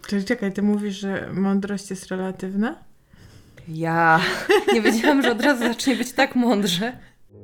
Czyli czekaj, ty mówisz, że mądrość jest relatywna? Ja nie wiedziałam, że od razu zacznie być tak mądrze.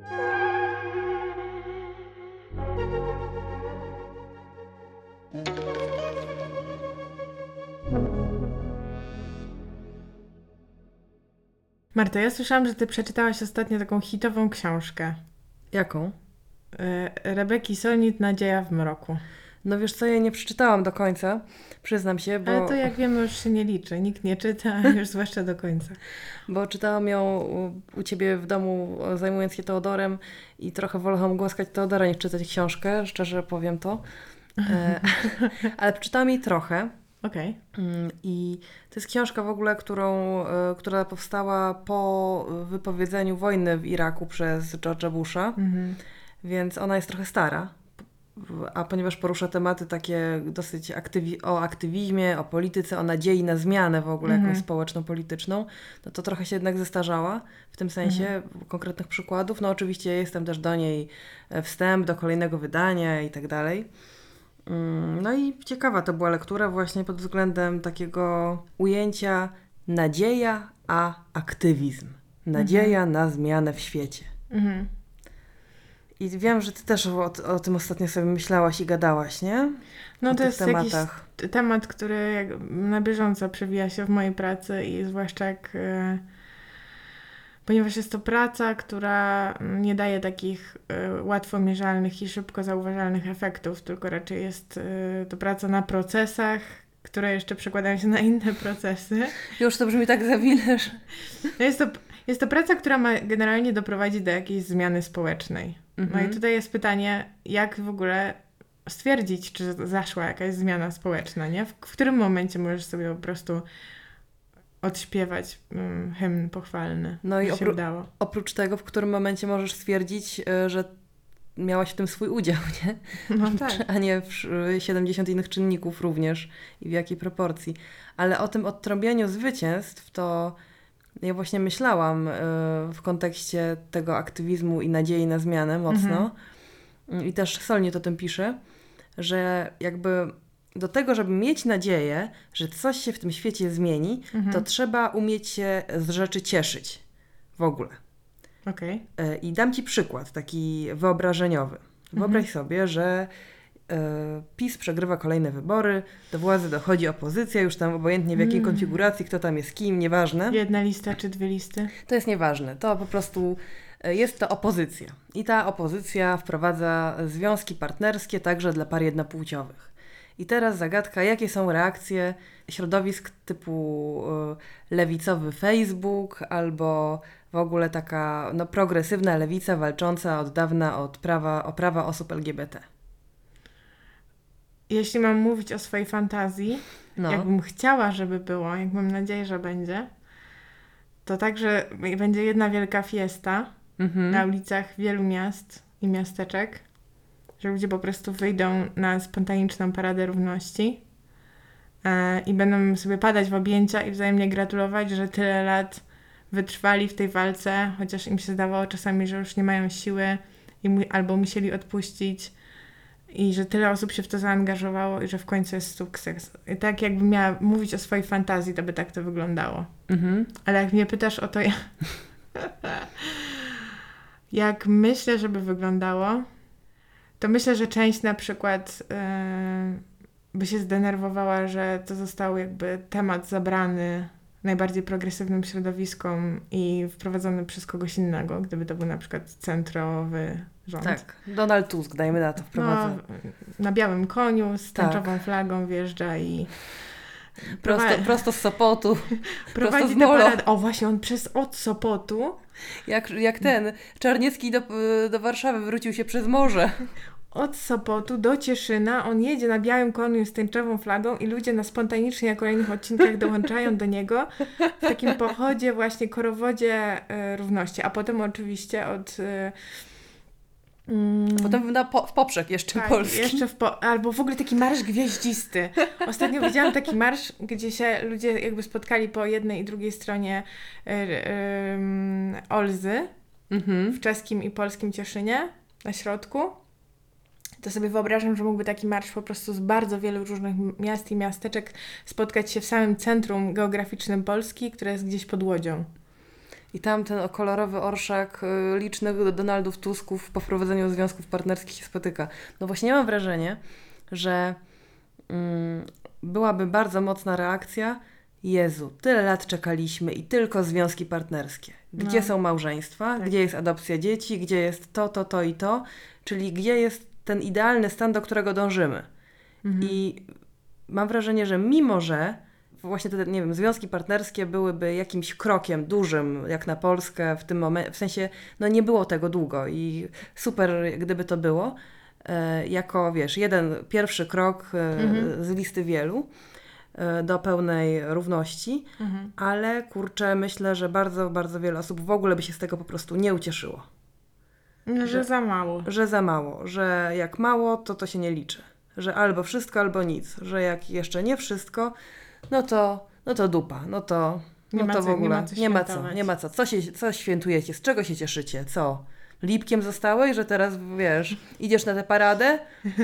Marta, ja słyszałam, że ty przeczytałaś ostatnio taką hitową książkę. Jaką? Rebeki Solnit Nadzieja w mroku. No wiesz co, ja nie przeczytałam do końca, przyznam się, bo... Ale to jak wiemy już się nie liczy. Nikt nie czyta, już zwłaszcza do końca. Bo czytałam ją u ciebie w domu, zajmując się Teodorem i trochę wolałam głaskać Teodora niż czytać książkę, szczerze powiem to. Ale przeczytałam jej trochę. Okej. I to jest książka w ogóle, która powstała po wypowiedzeniu wojny w Iraku przez George'a Busha, więc ona jest trochę stara. A ponieważ porusza tematy takie dosyć o aktywizmie, o polityce, o nadziei na zmianę w ogóle jakąś społeczno-polityczną, no to trochę się jednak zestarzała w tym sensie konkretnych przykładów. No oczywiście jestem też do niej wstęp do kolejnego wydania i tak dalej. No i ciekawa to była lektura właśnie pod względem takiego ujęcia nadzieja a aktywizm. Nadzieja na zmianę w świecie. I wiem, że ty też o tym ostatnio sobie myślałaś i gadałaś, nie? No o to tych jest tematach. jakiś temat, który na bieżąco przewija się w mojej pracy i zwłaszcza ponieważ jest to praca, która nie daje takich łatwo mierzalnych i szybko zauważalnych efektów, tylko raczej jest to praca na procesach, które jeszcze przekładają się na inne procesy. Już to brzmi tak zawile, że... No jest to praca, która ma generalnie doprowadzić do jakiejś zmiany społecznej. No i tutaj jest pytanie, jak w ogóle stwierdzić, czy zaszła jakaś zmiana społeczna, nie? W którym momencie możesz sobie po prostu odśpiewać hymn pochwalny, no i się udało. Oprócz tego, w którym momencie możesz stwierdzić, że miałaś w tym swój udział, nie? No tak. A nie 70 innych czynników również i w jakiej proporcji. Ale o tym odtrąbieniu zwycięstw to ja właśnie myślałam w kontekście tego aktywizmu i nadziei na zmianę mocno. I też Solnit o tym pisze, że jakby do tego, żeby mieć nadzieję, że coś się w tym świecie zmieni, to trzeba umieć się z rzeczy cieszyć w ogóle. Okej. I dam ci przykład taki wyobrażeniowy. Wyobraź sobie, że PiS przegrywa kolejne wybory, do władzy dochodzi opozycja, już tam obojętnie w jakiej konfiguracji, kto tam jest kim, nieważne. Jedna lista czy dwie listy? To jest nieważne, to po prostu jest to opozycja. I ta opozycja wprowadza związki partnerskie także dla par jednopłciowych. I teraz zagadka, jakie są reakcje środowisk typu lewicowy Facebook albo w ogóle taka progresywna lewica walcząca od dawna o prawa osób LGBT. Jeśli mam mówić o swojej fantazji, jakbym chciała, żeby było, jak mam nadzieję, że będzie, to także będzie jedna wielka fiesta na ulicach wielu miast i miasteczek, że ludzie po prostu wyjdą na spontaniczną paradę równości i będą sobie padać w objęcia i wzajemnie gratulować, że tyle lat wytrwali w tej walce, chociaż im się zdawało czasami, że już nie mają siły albo musieli odpuścić i że tyle osób się w to zaangażowało i że w końcu jest sukces. I tak jakbym miała mówić o swojej fantazji, to by tak to wyglądało. Ale jak mnie pytasz o to, jak myślę, żeby wyglądało, to myślę, że część na przykład by się zdenerwowała, że to został jakby temat zabrany najbardziej progresywnym środowiskom i wprowadzony przez kogoś innego, gdyby to był na przykład centrowy rząd. Tak, Donald Tusk, dajmy na to, wprowadza. No, na białym koniu z tęczową flagą wjeżdża i prosto z Sopotu, prowadzi tę paradę. O właśnie, on od Sopotu. Jak ten Czarniecki do Warszawy wrócił się przez morze. Od Sopotu do Cieszyna on jedzie na białym koniu z tęczową flagą i ludzie spontanicznie na kolejnych odcinkach dołączają do niego w takim pochodzie, właśnie korowodzie równości. A potem oczywiście Potem w poprzek jeszcze tak, polski. Jeszcze albo w ogóle taki marsz gwieździsty. Ostatnio widziałam taki marsz, gdzie się ludzie jakby spotkali po jednej i drugiej stronie Olzy w czeskim i polskim Cieszynie na środku. to sobie wyobrażam, że mógłby taki marsz po prostu z bardzo wielu różnych miast i miasteczek spotkać się w samym centrum geograficznym Polski, które jest gdzieś pod Łodzią. I tam ten kolorowy orszak licznych Donaldów Tusków po wprowadzeniu związków partnerskich się spotyka. No właśnie ja mam wrażenie, że byłaby bardzo mocna reakcja. Jezu, tyle lat czekaliśmy i tylko związki partnerskie. Gdzie są małżeństwa? Tak. Gdzie jest adopcja dzieci? Gdzie jest to i to? Czyli gdzie jest ten idealny stan, do którego dążymy? I mam wrażenie, że mimo, że właśnie te, nie wiem, związki partnerskie byłyby jakimś krokiem dużym, jak na Polskę w tym momencie, w sensie, no nie było tego długo i super, gdyby to było, jako, wiesz, pierwszy krok z listy wielu do pełnej równości, ale kurczę, myślę, że bardzo, bardzo wiele osób w ogóle by się z tego po prostu nie ucieszyło. Że za mało. Że za mało, że jak mało, to się nie liczy. Że albo wszystko, albo nic. Że jak jeszcze nie wszystko, no to dupa, no to w ogóle nie ma co. Co świętujecie? Z czego się cieszycie? Co? Lipkiem zostałeś, że teraz, wiesz, idziesz na tę paradę?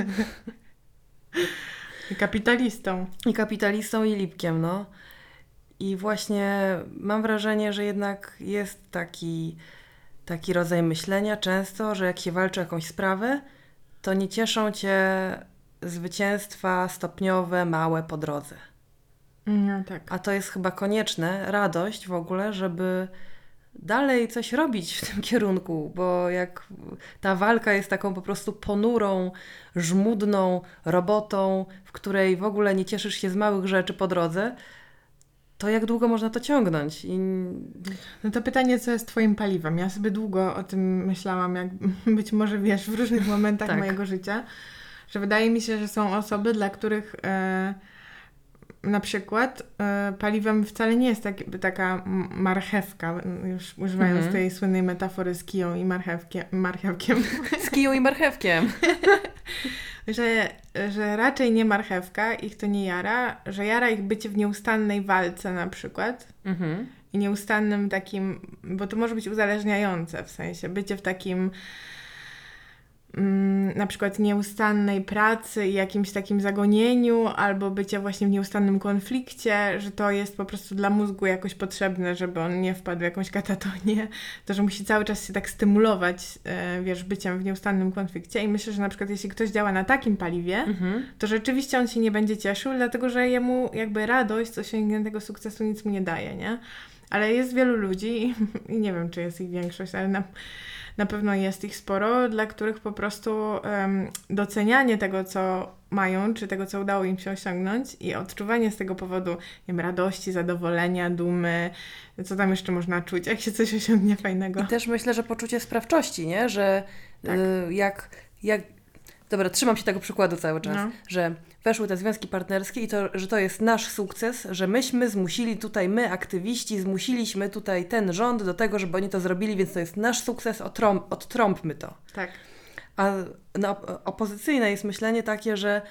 I kapitalistą i lipkiem, no. I właśnie mam wrażenie, że jednak jest taki rodzaj myślenia często, że jak się walczy o jakąś sprawę, to nie cieszą cię zwycięstwa stopniowe, małe po drodze. No, tak. A to jest chyba konieczne, radość w ogóle, żeby dalej coś robić w tym kierunku, bo jak ta walka jest taką po prostu ponurą, żmudną robotą, w której w ogóle nie cieszysz się z małych rzeczy po drodze, to jak długo można to ciągnąć? No to pytanie, co jest twoim paliwem? Ja sobie długo o tym myślałam, jak być może wiesz, w różnych momentach mojego życia, że wydaje mi się, że są osoby, dla których na przykład paliwem wcale nie jest taka marchewka, już używając tej słynnej metafory z kiją i marchewkiem. Z kiją i marchewkiem. że raczej nie marchewka, ich to nie jara, że jara ich bycie w nieustannej walce na przykład i nieustannym takim, bo to może być uzależniające, w sensie bycie w takim na przykład nieustannej pracy i jakimś takim zagonieniu, albo bycie właśnie w nieustannym konflikcie, że to jest po prostu dla mózgu jakoś potrzebne, żeby on nie wpadł w jakąś katatonię, to, że musi cały czas się tak stymulować, wiesz, byciem w nieustannym konflikcie i myślę, że na przykład jeśli ktoś działa na takim paliwie, to rzeczywiście on się nie będzie cieszył, dlatego, że jemu jakby radość z osiągniętego sukcesu nic mu nie daje, nie? Ale jest wielu ludzi i nie wiem, czy jest ich większość, ale na pewno jest ich sporo, dla których po prostu docenianie tego, co mają, czy tego, co udało im się osiągnąć i odczuwanie z tego powodu, nie wiem, radości, zadowolenia, dumy, co tam jeszcze można czuć, jak się coś osiągnie fajnego. I też myślę, że poczucie sprawczości, nie? Że jak dobra, trzymam się tego przykładu cały czas, że weszły te związki partnerskie i że to jest nasz sukces, że my aktywiści, zmusiliśmy tutaj ten rząd do tego, żeby oni to zrobili, więc to jest nasz sukces, odtrąbmy to. Tak. A opozycyjne jest myślenie takie, że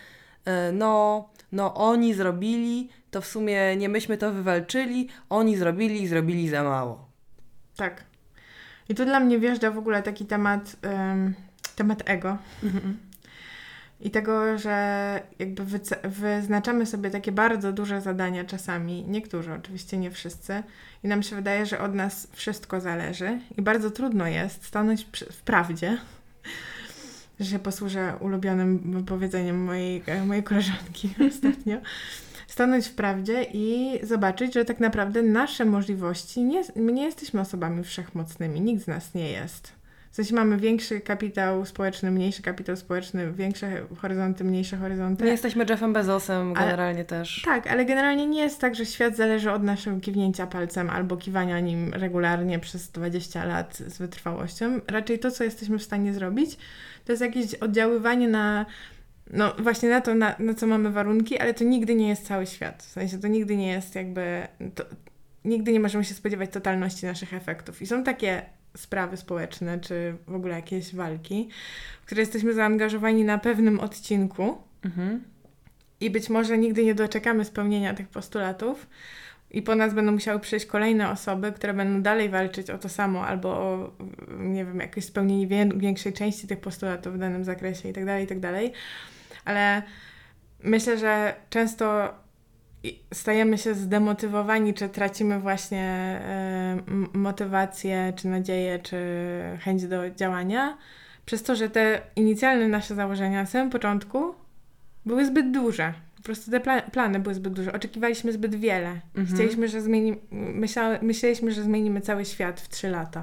oni zrobili, to w sumie nie myśmy to wywalczyli, oni zrobili za mało. Tak. I tu dla mnie wjeżdża w ogóle taki temat ego. I tego, że jakby wyznaczamy sobie takie bardzo duże zadania czasami, niektórzy, oczywiście nie wszyscy, i nam się wydaje, że od nas wszystko zależy i bardzo trudno jest stanąć w prawdzie, że się posłużę ulubionym powiedzeniem mojej koleżanki ostatnio, stanąć w prawdzie i zobaczyć, że tak naprawdę nasze możliwości, my nie jesteśmy osobami wszechmocnymi, nikt z nas nie jest. W sensie mamy większy kapitał społeczny, mniejszy kapitał społeczny, większe horyzonty, mniejsze horyzonty. Nie jesteśmy Jeffem Bezosem generalnie też. Tak, ale generalnie nie jest tak, że świat zależy od naszego kiwnięcia palcem albo kiwania nim regularnie przez 20 lat z wytrwałością. Raczej to, co jesteśmy w stanie zrobić, to jest jakieś oddziaływanie właśnie na to, na co mamy warunki, ale to nigdy nie jest cały świat. W sensie to nigdy nie jest nigdy nie możemy się spodziewać totalności naszych efektów. I są takie sprawy społeczne, czy w ogóle jakieś walki, w które jesteśmy zaangażowani na pewnym odcinku i być może nigdy nie doczekamy spełnienia tych postulatów, i po nas będą musiały przyjść kolejne osoby, które będą dalej walczyć o to samo albo o, nie wiem, jakieś spełnienie większej części tych postulatów w danym zakresie i tak dalej. Ale myślę, że często stajemy się zdemotywowani, czy tracimy właśnie motywację, czy nadzieję, czy chęć do działania przez to, że te inicjalne nasze założenia na samym początku były zbyt duże. Po prostu te plany były zbyt duże. Oczekiwaliśmy zbyt wiele. Chcieliśmy, że myśleliśmy, że zmienimy cały świat w 3 lata.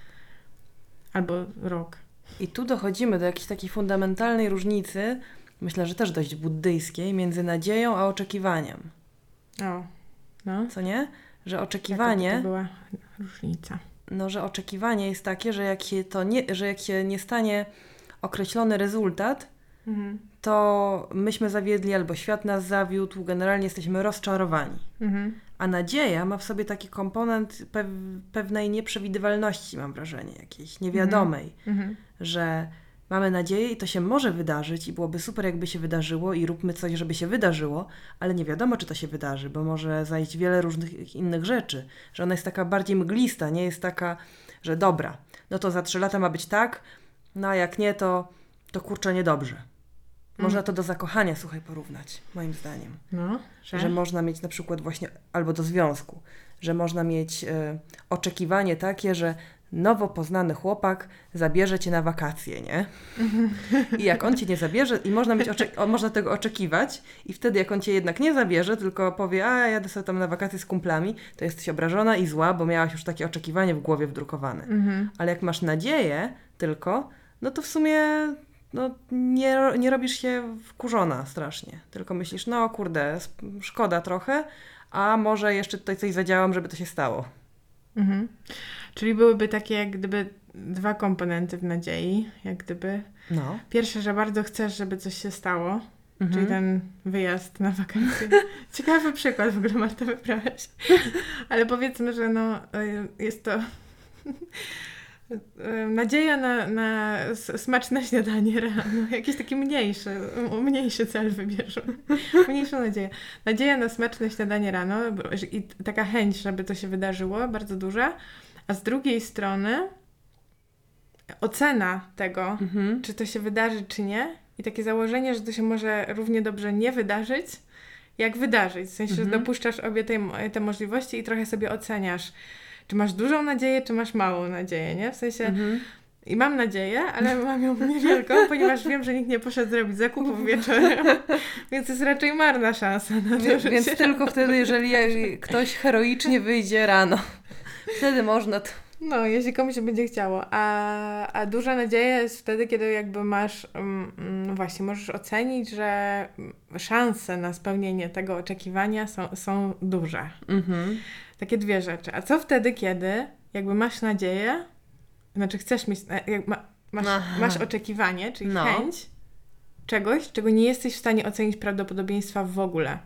Albo rok. I tu dochodzimy do jakiejś takiej fundamentalnej różnicy, myślę, że też dość buddyjskiej, między nadzieją a oczekiwaniem. O, no. Co nie? Że oczekiwanie... Jaka to była różnica? No, że oczekiwanie jest takie, że jak się nie stanie określony rezultat, to myśmy zawiedli albo świat nas zawiódł, generalnie jesteśmy rozczarowani. A nadzieja ma w sobie taki komponent pewnej nieprzewidywalności, mam wrażenie, jakiejś niewiadomej, że mamy nadzieję i to się może wydarzyć i byłoby super, jakby się wydarzyło i róbmy coś, żeby się wydarzyło, ale nie wiadomo, czy to się wydarzy, bo może zajść wiele różnych innych rzeczy, że ona jest taka bardziej mglista, nie jest taka, że dobra, no to za 3 lata ma być tak, no a jak nie, to kurczę niedobrze. Można to do zakochania, słuchaj, porównać, moim zdaniem. No, że można mieć na przykład właśnie, albo do związku, że można mieć oczekiwanie takie, że nowo poznany chłopak zabierze cię na wakacje, nie? I jak on cię nie zabierze, i można tego oczekiwać, i wtedy jak on cię jednak nie zabierze, tylko powie, a jadę sobie tam na wakacje z kumplami, to jesteś obrażona i zła, bo miałaś już takie oczekiwanie w głowie wdrukowane. Ale jak masz nadzieję tylko, no to w sumie no, nie robisz się wkurzona strasznie, tylko myślisz, no kurde, szkoda trochę, a może jeszcze tutaj coś zadziałam, żeby to się stało. Czyli byłyby takie jak gdyby 2 komponenty w nadziei, jak gdyby. No. Pierwsze, że bardzo chcesz, żeby coś się stało, czyli ten wyjazd na wakacje. Ciekawy przykład w ogóle, Marta, wybrałaś. Ale powiedzmy, że no jest to nadzieja na smaczne śniadanie rano. Jakiś taki mniejszy cel wybierzmy. Mniejszą nadzieję. Nadzieja na smaczne śniadanie rano i taka chęć, żeby to się wydarzyło, bardzo duża. A z drugiej strony ocena tego, czy to się wydarzy, czy nie. I takie założenie, że to się może równie dobrze nie wydarzyć, jak wydarzyć. W sensie, że dopuszczasz obie te możliwości i trochę sobie oceniasz, czy masz dużą nadzieję, czy masz małą nadzieję, nie? W sensie i mam nadzieję, ale mam ją niewielką, ponieważ wiem, że nikt nie poszedł zrobić zakupów wieczorem, więc jest raczej marna szansa na to, że Więc tylko wtedy, jeżeli ktoś heroicznie wyjdzie rano. Wtedy można to... No, jeśli komuś się będzie chciało. A duża nadzieja jest wtedy, kiedy jakby masz, no właśnie, możesz ocenić, że szanse na spełnienie tego oczekiwania są duże. Takie 2 rzeczy. A co wtedy, kiedy jakby masz nadzieję, znaczy chcesz mieć, masz oczekiwanie, czyli chęć czegoś, czego nie jesteś w stanie ocenić prawdopodobieństwa w ogóle.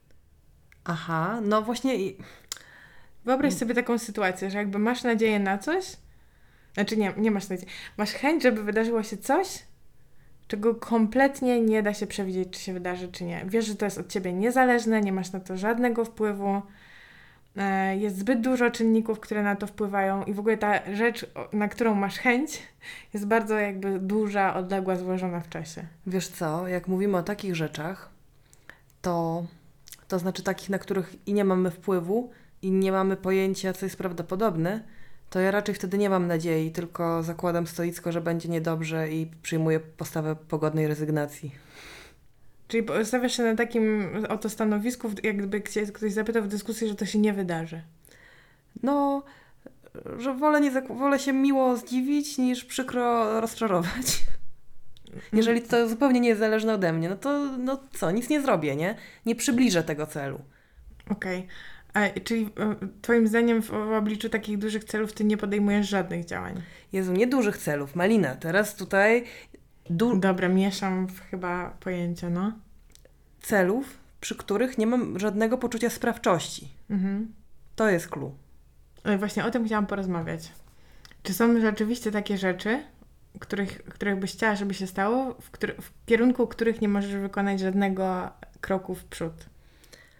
Aha, no właśnie... Wyobraź sobie taką sytuację, że jakby masz nadzieję na coś, znaczy nie masz nadziei, masz chęć, żeby wydarzyło się coś, czego kompletnie nie da się przewidzieć, czy się wydarzy, czy nie. Wiesz, że to jest od ciebie niezależne, nie masz na to żadnego wpływu, jest zbyt dużo czynników, które na to wpływają i w ogóle ta rzecz, na którą masz chęć, jest bardzo jakby duża, odległa, złożona w czasie. Wiesz co, jak mówimy o takich rzeczach, to znaczy takich, na których i nie mamy wpływu, i nie mamy pojęcia, co jest prawdopodobne, to ja raczej wtedy nie mam nadziei, tylko zakładam stoicko, że będzie niedobrze i przyjmuję postawę pogodnej rezygnacji. Czyli stawiasz się na takim oto stanowisku, jakby ktoś zapytał w dyskusji, że to się nie wydarzy. No, że wolę się miło zdziwić, niż przykro rozczarować. Jeżeli to zupełnie nie jest zależne ode mnie, no co, nic nie zrobię, nie? Nie przybliżę tego celu. Okej. Czyli twoim zdaniem w obliczu takich dużych celów ty nie podejmujesz żadnych działań? Jezu, nie dużych celów. Malina, teraz tutaj... Dobra, mieszam chyba pojęcia, no. Celów, przy których nie mam żadnego poczucia sprawczości. To jest clue. Właśnie o tym chciałam porozmawiać. Czy są rzeczywiście takie rzeczy, których byś chciała, żeby się stało, w kierunku których nie możesz wykonać żadnego kroku w przód?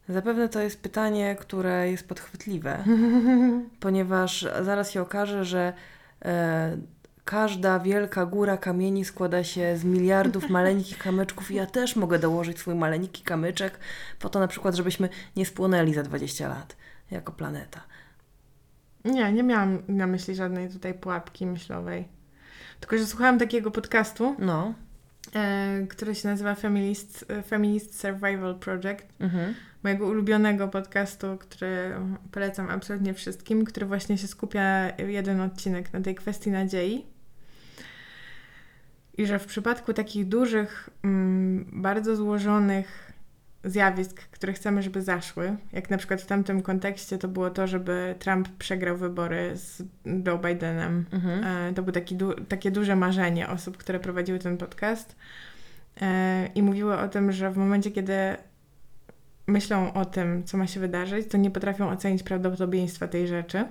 Zapewne to jest pytanie, które jest podchwytliwe, ponieważ zaraz się okaże, że każda wielka góra kamieni składa się z miliardów maleńkich kamyczków i ja też mogę dołożyć swój maleńki kamyczek po to na przykład, żebyśmy nie spłonęli za 20 lat jako planeta. Nie miałam na myśli żadnej tutaj pułapki myślowej. Tylko, że słuchałam takiego podcastu, który się nazywa Feminist Survival Project. Mojego ulubionego podcastu, który polecam absolutnie wszystkim, który właśnie się skupia jeden odcinek na tej kwestii nadziei. I że w przypadku takich dużych, bardzo złożonych zjawisk, które chcemy, żeby zaszły, jak na przykład w tamtym kontekście to było to, żeby Trump przegrał wybory z Joe Bidenem. To było takie duże marzenie osób, które prowadziły ten podcast i mówiły o tym, że w momencie, kiedy myślą o tym, co ma się wydarzyć, to nie potrafią ocenić prawdopodobieństwa tej rzeczy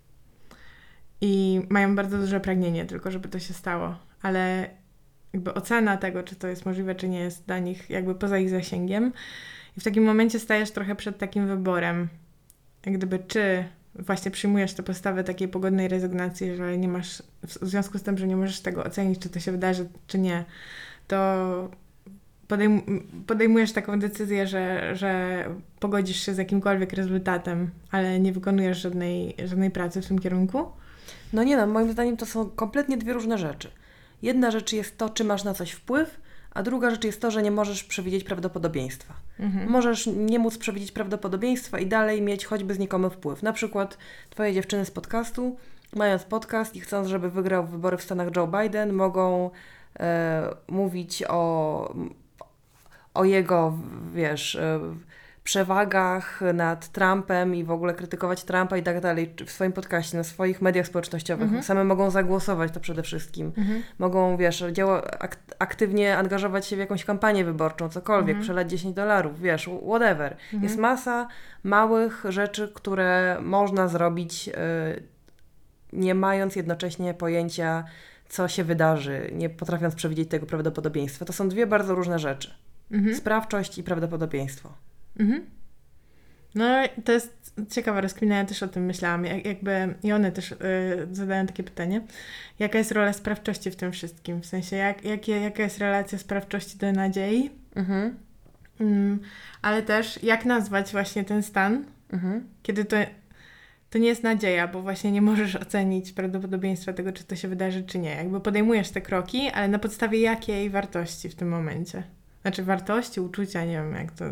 i mają bardzo duże pragnienie tylko, żeby to się stało, ale jakby ocena tego, czy to jest możliwe, czy nie, jest dla nich jakby poza ich zasięgiem i w takim momencie stajesz trochę przed takim wyborem, jak gdyby czy właśnie przyjmujesz tę postawę takiej pogodnej rezygnacji, że nie masz, w związku z tym, że nie możesz tego ocenić, czy to się wydarzy, czy nie, to podejmujesz taką decyzję, że pogodzisz się z jakimkolwiek rezultatem, ale nie wykonujesz żadnej pracy w tym kierunku? Moim zdaniem to są kompletnie dwie różne rzeczy. Jedna rzecz jest to, czy masz na coś wpływ, a druga rzecz jest to, że nie możesz przewidzieć prawdopodobieństwa. Możesz nie móc przewidzieć prawdopodobieństwa i dalej mieć choćby znikomy wpływ. Na przykład twoje dziewczyny z podcastu, mając podcast i chcąc, żeby wygrał wybory w Stanach Joe Biden, mogą mówić o jego, przewagach nad Trumpem i w ogóle krytykować Trumpa i tak dalej w swoim podcaście, na swoich mediach społecznościowych. Same mogą zagłosować to przede wszystkim. Mogą, aktywnie angażować się w jakąś kampanię wyborczą, cokolwiek, przelać $10, whatever. Jest masa małych rzeczy, które można zrobić, nie mając jednocześnie pojęcia, co się wydarzy, nie potrafiąc przewidzieć tego prawdopodobieństwa. To są dwie bardzo różne rzeczy. Sprawczość i prawdopodobieństwo. No to jest ciekawa rozkmina, ja też o tym myślałam. I one też zadają takie pytanie. Jaka jest rola sprawczości w tym wszystkim? W sensie, jaka jest relacja sprawczości do nadziei? Ale też, jak nazwać właśnie ten stan, kiedy to nie jest nadzieja, bo właśnie nie możesz ocenić prawdopodobieństwa tego, czy to się wydarzy, czy nie. Jakby podejmujesz te kroki, ale na podstawie jakiej wartości w tym momencie? Znaczy wartości, uczucia, nie wiem jak to...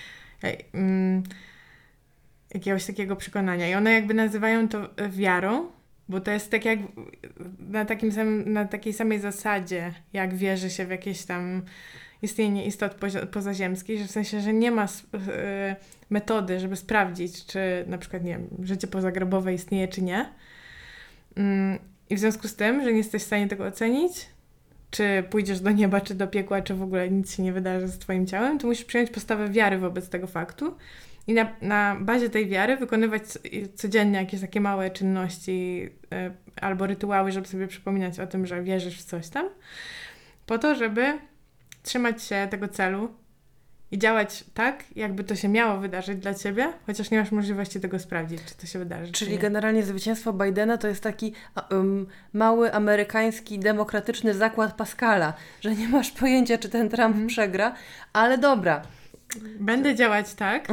jakiegoś takiego przekonania. I one jakby nazywają to wiarą, bo to jest tak jak na takiej samej zasadzie, jak wierzy się w jakieś tam istnienie istot pozaziemskich, że w sensie, że nie ma metody, żeby sprawdzić, czy na przykład, nie wiem, życie pozagrobowe istnieje, czy nie. I w związku z tym, że nie jesteś w stanie tego ocenić, czy pójdziesz do nieba, czy do piekła, czy w ogóle nic się nie wydarzy z twoim ciałem, to musisz przyjąć postawę wiary wobec tego faktu i na bazie tej wiary wykonywać codziennie jakieś takie małe czynności albo rytuały, żeby sobie przypominać o tym, że wierzysz w coś tam, po to, żeby trzymać się tego celu i działać tak, jakby to się miało wydarzyć dla ciebie, chociaż nie masz możliwości tego sprawdzić, czy to się wydarzy. Czyli generalnie zwycięstwo Bidena to jest taki mały amerykański demokratyczny zakład Pascala, że nie masz pojęcia, czy ten Trump przegra, ale dobra. Będę działać tak,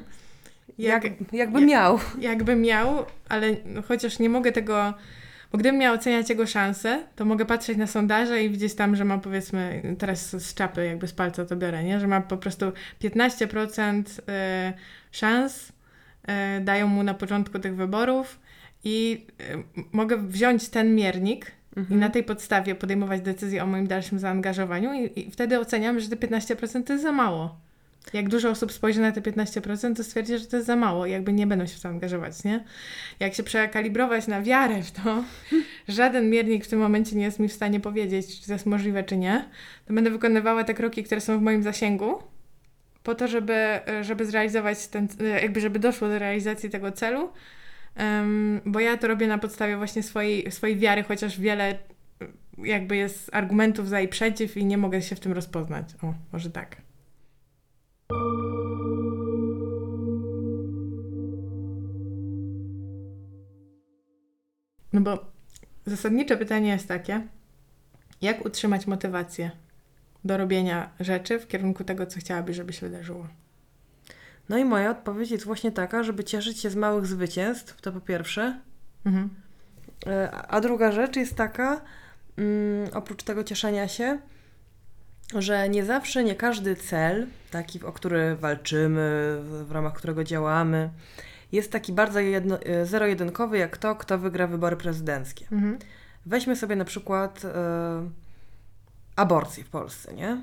jakby miał, ale chociaż nie mogę tego... Bo gdybym miała oceniać jego szanse, to mogę patrzeć na sondaże i widzieć tam, że ma powiedzmy, teraz z czapy, jakby z palca to biorę, nie? Że ma po prostu 15% szans dają mu na początku tych wyborów i mogę wziąć ten miernik i na tej podstawie podejmować decyzję o moim dalszym zaangażowaniu i wtedy oceniam, że te 15% to jest za mało. Jak dużo osób spojrzy na te 15%, to stwierdzi, że to jest za mało i jakby nie będą się w to angażować, nie? Jak się przekalibrować na wiarę w to, żaden miernik w tym momencie nie jest mi w stanie powiedzieć, czy to jest możliwe, czy nie, to będę wykonywała te kroki, które są w moim zasięgu, po to, żeby zrealizować żeby doszło do realizacji tego celu, bo ja to robię na podstawie właśnie swojej wiary, chociaż wiele jakby jest argumentów za i przeciw i nie mogę się w tym rozpoznać. O, może tak. No bo zasadnicze pytanie jest takie, jak utrzymać motywację do robienia rzeczy w kierunku tego, co chciałabyś, żeby się wydarzyło? No i moja odpowiedź jest właśnie taka, żeby cieszyć się z małych zwycięstw, to po pierwsze. A druga rzecz jest taka, oprócz tego cieszenia się, że nie zawsze, nie każdy cel, taki, o który walczymy, w ramach którego działamy, jest taki bardzo zero-jedynkowy jak to, kto wygra wybory prezydenckie. Weźmy sobie na przykład aborcję w Polsce, nie?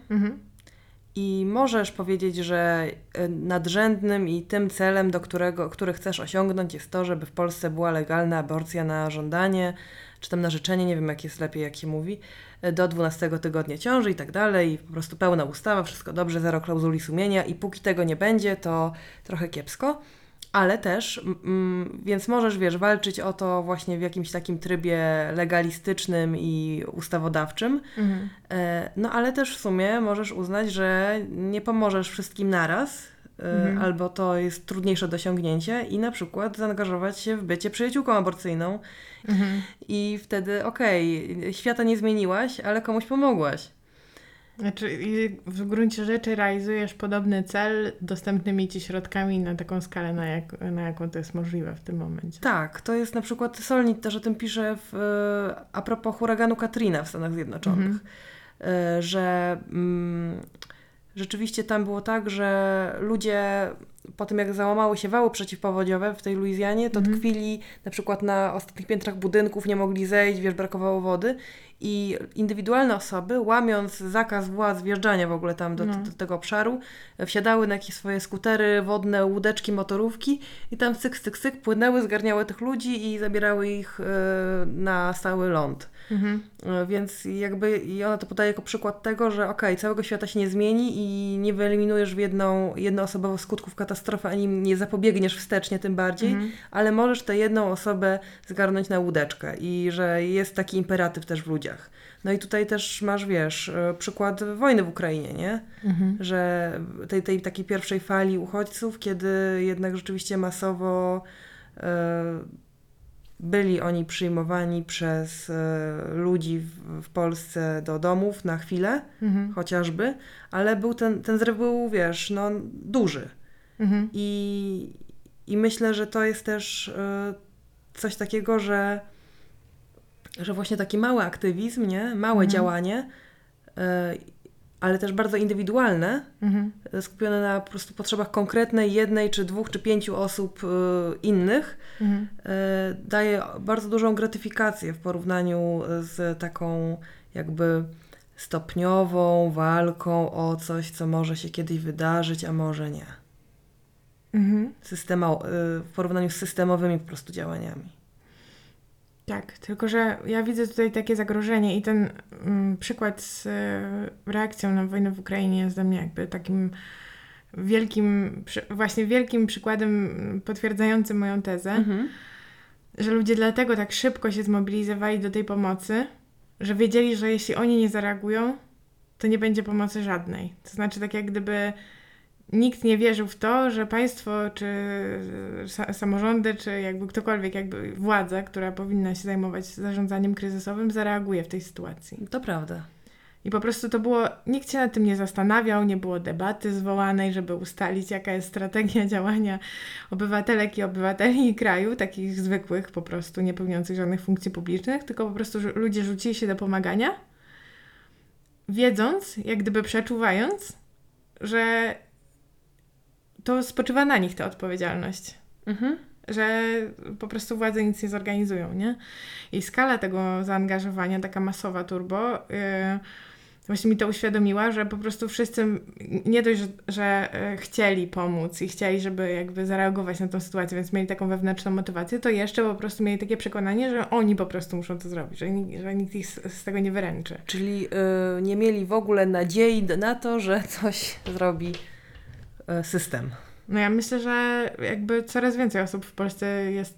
I możesz powiedzieć, że nadrzędnym i tym celem, który chcesz osiągnąć, jest to, żeby w Polsce była legalna aborcja na żądanie, czy tam na życzenie, nie wiem jak jest lepiej, jak się mówi, do 12 tygodnia ciąży i tak dalej, i po prostu pełna ustawa, wszystko dobrze, zero klauzuli sumienia i póki tego nie będzie, to trochę kiepsko. Ale też, więc możesz, wiesz, walczyć o to właśnie w jakimś takim trybie legalistycznym i ustawodawczym, no ale też w sumie możesz uznać, że nie pomożesz wszystkim naraz, albo to jest trudniejsze do osiągnięcia i na przykład zaangażować się w bycie przyjaciółką aborcyjną i wtedy świata nie zmieniłaś, ale komuś pomogłaś. Znaczy w gruncie rzeczy realizujesz podobny cel dostępnymi ci środkami na taką skalę, na jaką to jest możliwe w tym momencie. Tak, to jest na przykład Solnit też o tym pisze a propos huraganu Katrina w Stanach Zjednoczonych, że rzeczywiście tam było tak, że ludzie po tym jak załamały się wały przeciwpowodziowe w tej Luizjanie, to tkwili na przykład na ostatnich piętrach budynków, nie mogli zejść, wiesz, brakowało wody i indywidualne osoby, łamiąc zakaz władz wjeżdżania w ogóle tam do tego obszaru, wsiadały na jakieś swoje skutery, wodne, łódeczki, motorówki i tam cyk, cyk, cyk, płynęły, zgarniały tych ludzi i zabierały ich na stały ląd. Więc jakby i ona to podaje jako przykład tego, że całego świata się nie zmieni i nie wyeliminujesz w jednoosobowo skutków katastrofy, ani nie zapobiegniesz wstecznie tym bardziej, ale możesz tę jedną osobę zgarnąć na łódeczkę i że jest taki imperatyw też w ludziach. No i tutaj też masz, wiesz, przykład wojny w Ukrainie, nie? Że tej takiej pierwszej fali uchodźców, kiedy jednak rzeczywiście masowo byli oni przyjmowani przez ludzi w Polsce do domów na chwilę, chociażby, ale był ten zryw był, wiesz, no duży. I myślę, że to jest też coś takiego, że właśnie taki mały aktywizm, nie? Małe działanie, ale też bardzo indywidualne, skupione na po prostu potrzebach konkretnej, jednej, czy 2, czy 5 osób innych, daje bardzo dużą gratyfikację w porównaniu z taką jakby stopniową walką o coś, co może się kiedyś wydarzyć, a może nie. W porównaniu z systemowymi po prostu działaniami. Tak, tylko że ja widzę tutaj takie zagrożenie i ten przykład z reakcją na wojnę w Ukrainie jest dla mnie jakby takim wielkim przykładem potwierdzającym moją tezę, że ludzie dlatego tak szybko się zmobilizowali do tej pomocy, że wiedzieli, że jeśli oni nie zareagują, to nie będzie pomocy żadnej. To znaczy tak jak gdyby nikt nie wierzył w to, że państwo, czy samorządy, czy jakby ktokolwiek, jakby władza, która powinna się zajmować zarządzaniem kryzysowym, zareaguje w tej sytuacji. To prawda. I po prostu to było, nikt się nad tym nie zastanawiał, nie było debaty zwołanej, żeby ustalić, jaka jest strategia działania obywatelek i obywateli i kraju, takich zwykłych po prostu, nie pełniących żadnych funkcji publicznych, tylko po prostu ludzie rzucili się do pomagania, wiedząc, jak gdyby przeczuwając, że to spoczywa na nich ta odpowiedzialność. Że po prostu władze nic nie zorganizują, nie? I skala tego zaangażowania, taka masowa turbo, właśnie mi to uświadomiła, że po prostu wszyscy nie dość, że chcieli pomóc i chcieli, żeby jakby zareagować na tę sytuację, więc mieli taką wewnętrzną motywację, to jeszcze po prostu mieli takie przekonanie, że oni po prostu muszą to zrobić, że nikt ich z tego nie wyręczy. Czyli nie mieli w ogóle nadziei na to, że coś zrobi system. No ja myślę, że jakby coraz więcej osób w Polsce jest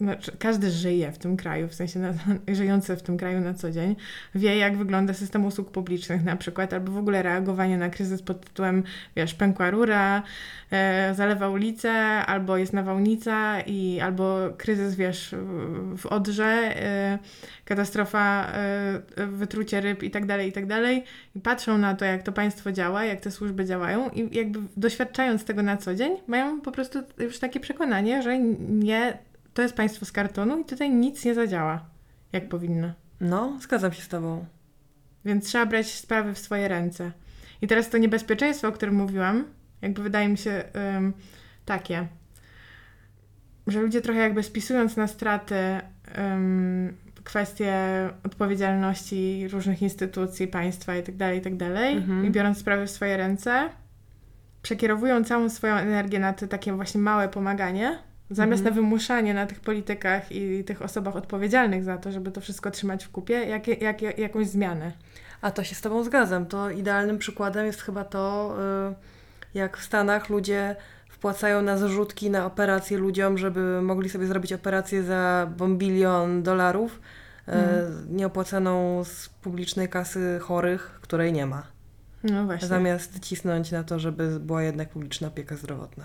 znaczy każdy żyje w tym kraju, w sensie żyjący w tym kraju na co dzień, wie jak wygląda system usług publicznych na przykład, albo w ogóle reagowanie na kryzys pod tytułem, wiesz, pękła rura, zalewa ulicę, albo jest nawałnica, albo kryzys, wiesz, w Odrze, katastrofa, wytrucie ryb i tak dalej, i tak dalej. I patrzą na to, jak to państwo działa, jak te służby działają i jakby doświadczając tego na co dzień, mają po prostu już takie przekonanie, że nie, to jest państwo z kartonu i tutaj nic nie zadziała, jak powinno. No, zgadzam się z tobą. Więc trzeba brać sprawy w swoje ręce. I teraz to niebezpieczeństwo, o którym mówiłam, jakby wydaje mi się takie, że ludzie trochę jakby spisując na straty kwestie odpowiedzialności różnych instytucji, państwa i tak dalej, i biorąc sprawy w swoje ręce, przekierowują całą swoją energię na te takie właśnie małe pomaganie, zamiast na wymuszanie na tych politykach i tych osobach odpowiedzialnych za to, żeby to wszystko trzymać w kupie, jakąś zmianę. A to się z tobą zgadzam. To idealnym przykładem jest chyba to, jak w Stanach ludzie wpłacają na zrzutki, na operacje ludziom, żeby mogli sobie zrobić operację za $1 billion, nieopłacaną z publicznej kasy chorych, której nie ma. No właśnie. Zamiast cisnąć na to, żeby była jednak publiczna opieka zdrowotna.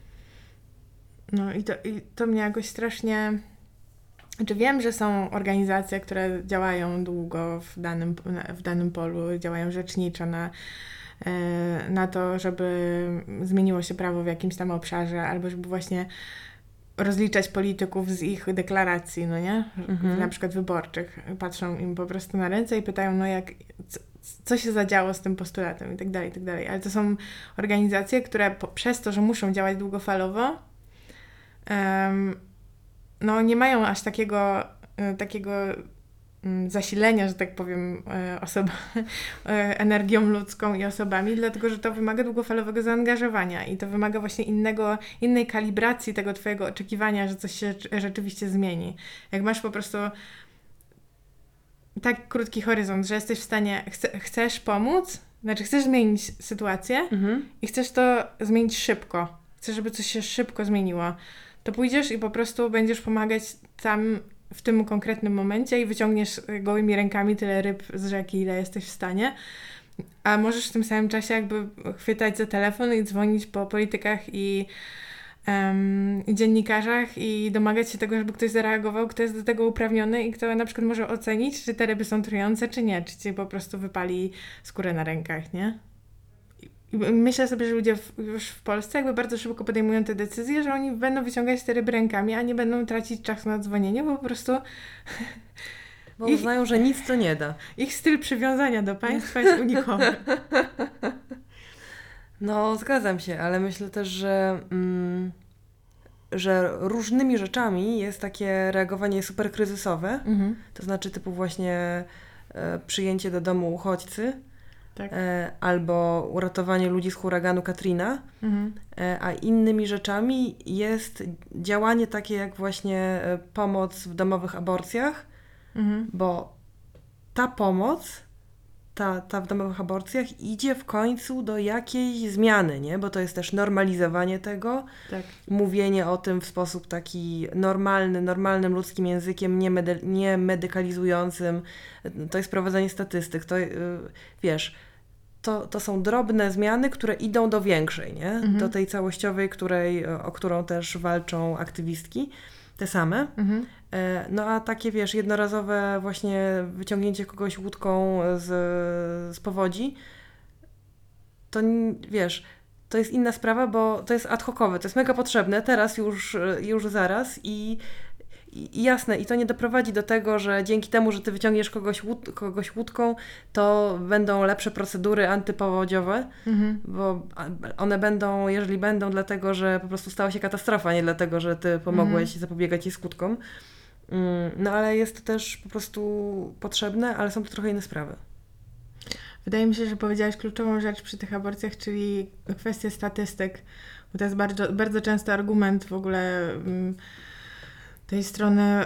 No i to mnie jakoś strasznie... Znaczy wiem, że są organizacje, które działają długo w danym polu, działają rzeczniczo na to, żeby zmieniło się prawo w jakimś tam obszarze, albo żeby właśnie rozliczać polityków z ich deklaracji, no nie? Na przykład wyborczych. Patrzą im po prostu na ręce i pytają, no co się zadziało z tym postulatem i tak dalej, i tak dalej. Ale to są organizacje, które przez to, że muszą działać długofalowo, no nie mają aż takiego zasilenia, że tak powiem, energią ludzką i osobami, dlatego, że to wymaga długofalowego zaangażowania i to wymaga właśnie innej kalibracji tego twojego oczekiwania, że coś się rzeczywiście zmieni. Jak masz po prostu tak krótki horyzont, że jesteś w stanie, chcesz pomóc, znaczy chcesz zmienić sytuację i chcesz to zmienić szybko. Chcesz, żeby coś się szybko zmieniło. To pójdziesz i po prostu będziesz pomagać tam w tym konkretnym momencie i wyciągniesz gołymi rękami tyle ryb z rzeki, ile jesteś w stanie. A możesz w tym samym czasie jakby chwytać za telefon i dzwonić po politykach i dziennikarzach i domagać się tego, żeby ktoś zareagował, kto jest do tego uprawniony i kto na przykład może ocenić, czy te ryby są trujące, czy nie, czy ci po prostu wypali skórę na rękach, nie? I myślę sobie, że ludzie już w Polsce jakby bardzo szybko podejmują te decyzje, że oni będą wyciągać te ryby rękami, a nie będą tracić czasu na dzwonienie, bo po prostu... Bo uznają, że nic to nie da. Ich styl przywiązania do państwa jest unikowy. No, zgadzam się, ale myślę też, że różnymi rzeczami jest takie reagowanie superkryzysowe, to znaczy typu właśnie przyjęcie do domu uchodźcy, tak. Albo uratowanie ludzi z huraganu Katrina, a innymi rzeczami jest działanie takie jak właśnie pomoc w domowych aborcjach, bo ta pomoc, ta w domowych aborcjach idzie w końcu do jakiejś zmiany, nie? Bo to jest też normalizowanie tego, tak. Mówienie o tym w sposób taki normalnym ludzkim językiem, nie medykalizującym. To jest prowadzenie statystyk. To, wiesz, to są drobne zmiany, które idą do większej, nie? Do tej całościowej, o którą też walczą aktywistki, te same. No a takie, wiesz, jednorazowe właśnie wyciągnięcie kogoś łódką z powodzi, to wiesz, to jest inna sprawa, bo to jest ad hocowe, to jest mega potrzebne teraz, już zaraz i jasne, i to nie doprowadzi do tego, że dzięki temu, że ty wyciągniesz kogoś łódką, to będą lepsze procedury antypowodziowe, bo one będą, jeżeli będą, dlatego, że po prostu stała się katastrofa, nie dlatego, że ty pomogłeś zapobiegać jej skutkom. No ale jest to też po prostu potrzebne, ale są to trochę inne sprawy. Wydaje mi się, że powiedziałaś kluczową rzecz przy tych aborcjach, czyli kwestię statystyk, bo to jest bardzo, bardzo często argument w ogóle tej strony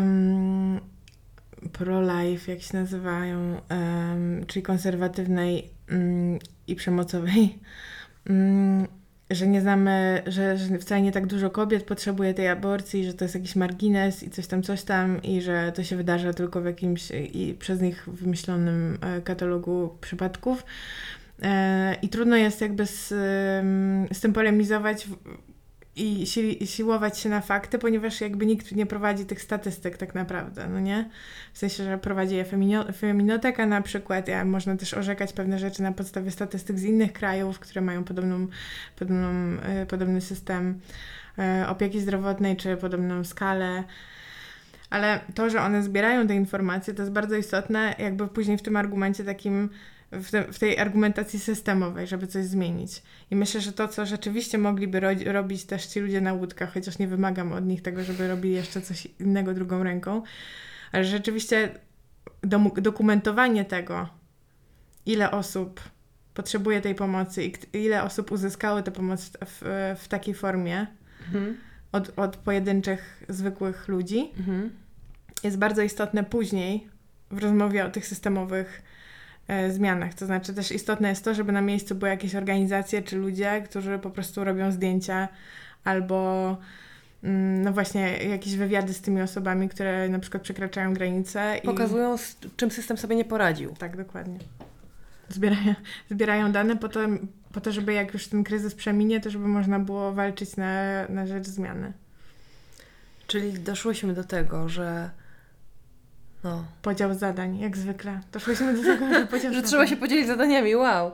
pro-life, jak się nazywają, czyli konserwatywnej i przemocowej, że nie znamy, że wcale nie tak dużo kobiet potrzebuje tej aborcji, że to jest jakiś margines i coś tam i że to się wydarza tylko w jakimś i przez nich wymyślonym katalogu przypadków. I trudno jest jakby z tym polemizować i siłować się na fakty, ponieważ jakby nikt nie prowadzi tych statystyk tak naprawdę, no nie? W sensie, że prowadzi je Feminoteka na przykład, można też orzekać pewne rzeczy na podstawie statystyk z innych krajów, które mają podobny system opieki zdrowotnej, czy podobną skalę. Ale to, że one zbierają te informacje, to jest bardzo istotne jakby później w tym argumencie takim, w tej argumentacji systemowej, żeby coś zmienić. I myślę, że to, co rzeczywiście mogliby robić też ci ludzie na łódkach, chociaż nie wymagam od nich tego, żeby robili jeszcze coś innego drugą ręką, ale rzeczywiście dokumentowanie tego, ile osób potrzebuje tej pomocy i ile osób uzyskało tę pomoc w takiej formie od pojedynczych, zwykłych ludzi, jest bardzo istotne później w rozmowie o tych systemowych zmianach. To znaczy też istotne jest to, żeby na miejscu były jakieś organizacje czy ludzie, którzy po prostu robią zdjęcia albo no właśnie jakieś wywiady z tymi osobami, które na przykład przekraczają granice. Pokazują, z czym system sobie nie poradził. Tak, dokładnie. Zbierają dane po to, żeby jak już ten kryzys przeminie, to żeby można było walczyć na rzecz zmiany. Czyli doszłyśmy do tego, że podział zadań, jak zwykle. Doszłyśmy do tego, że podział że trzeba się podzielić zadaniami, wow.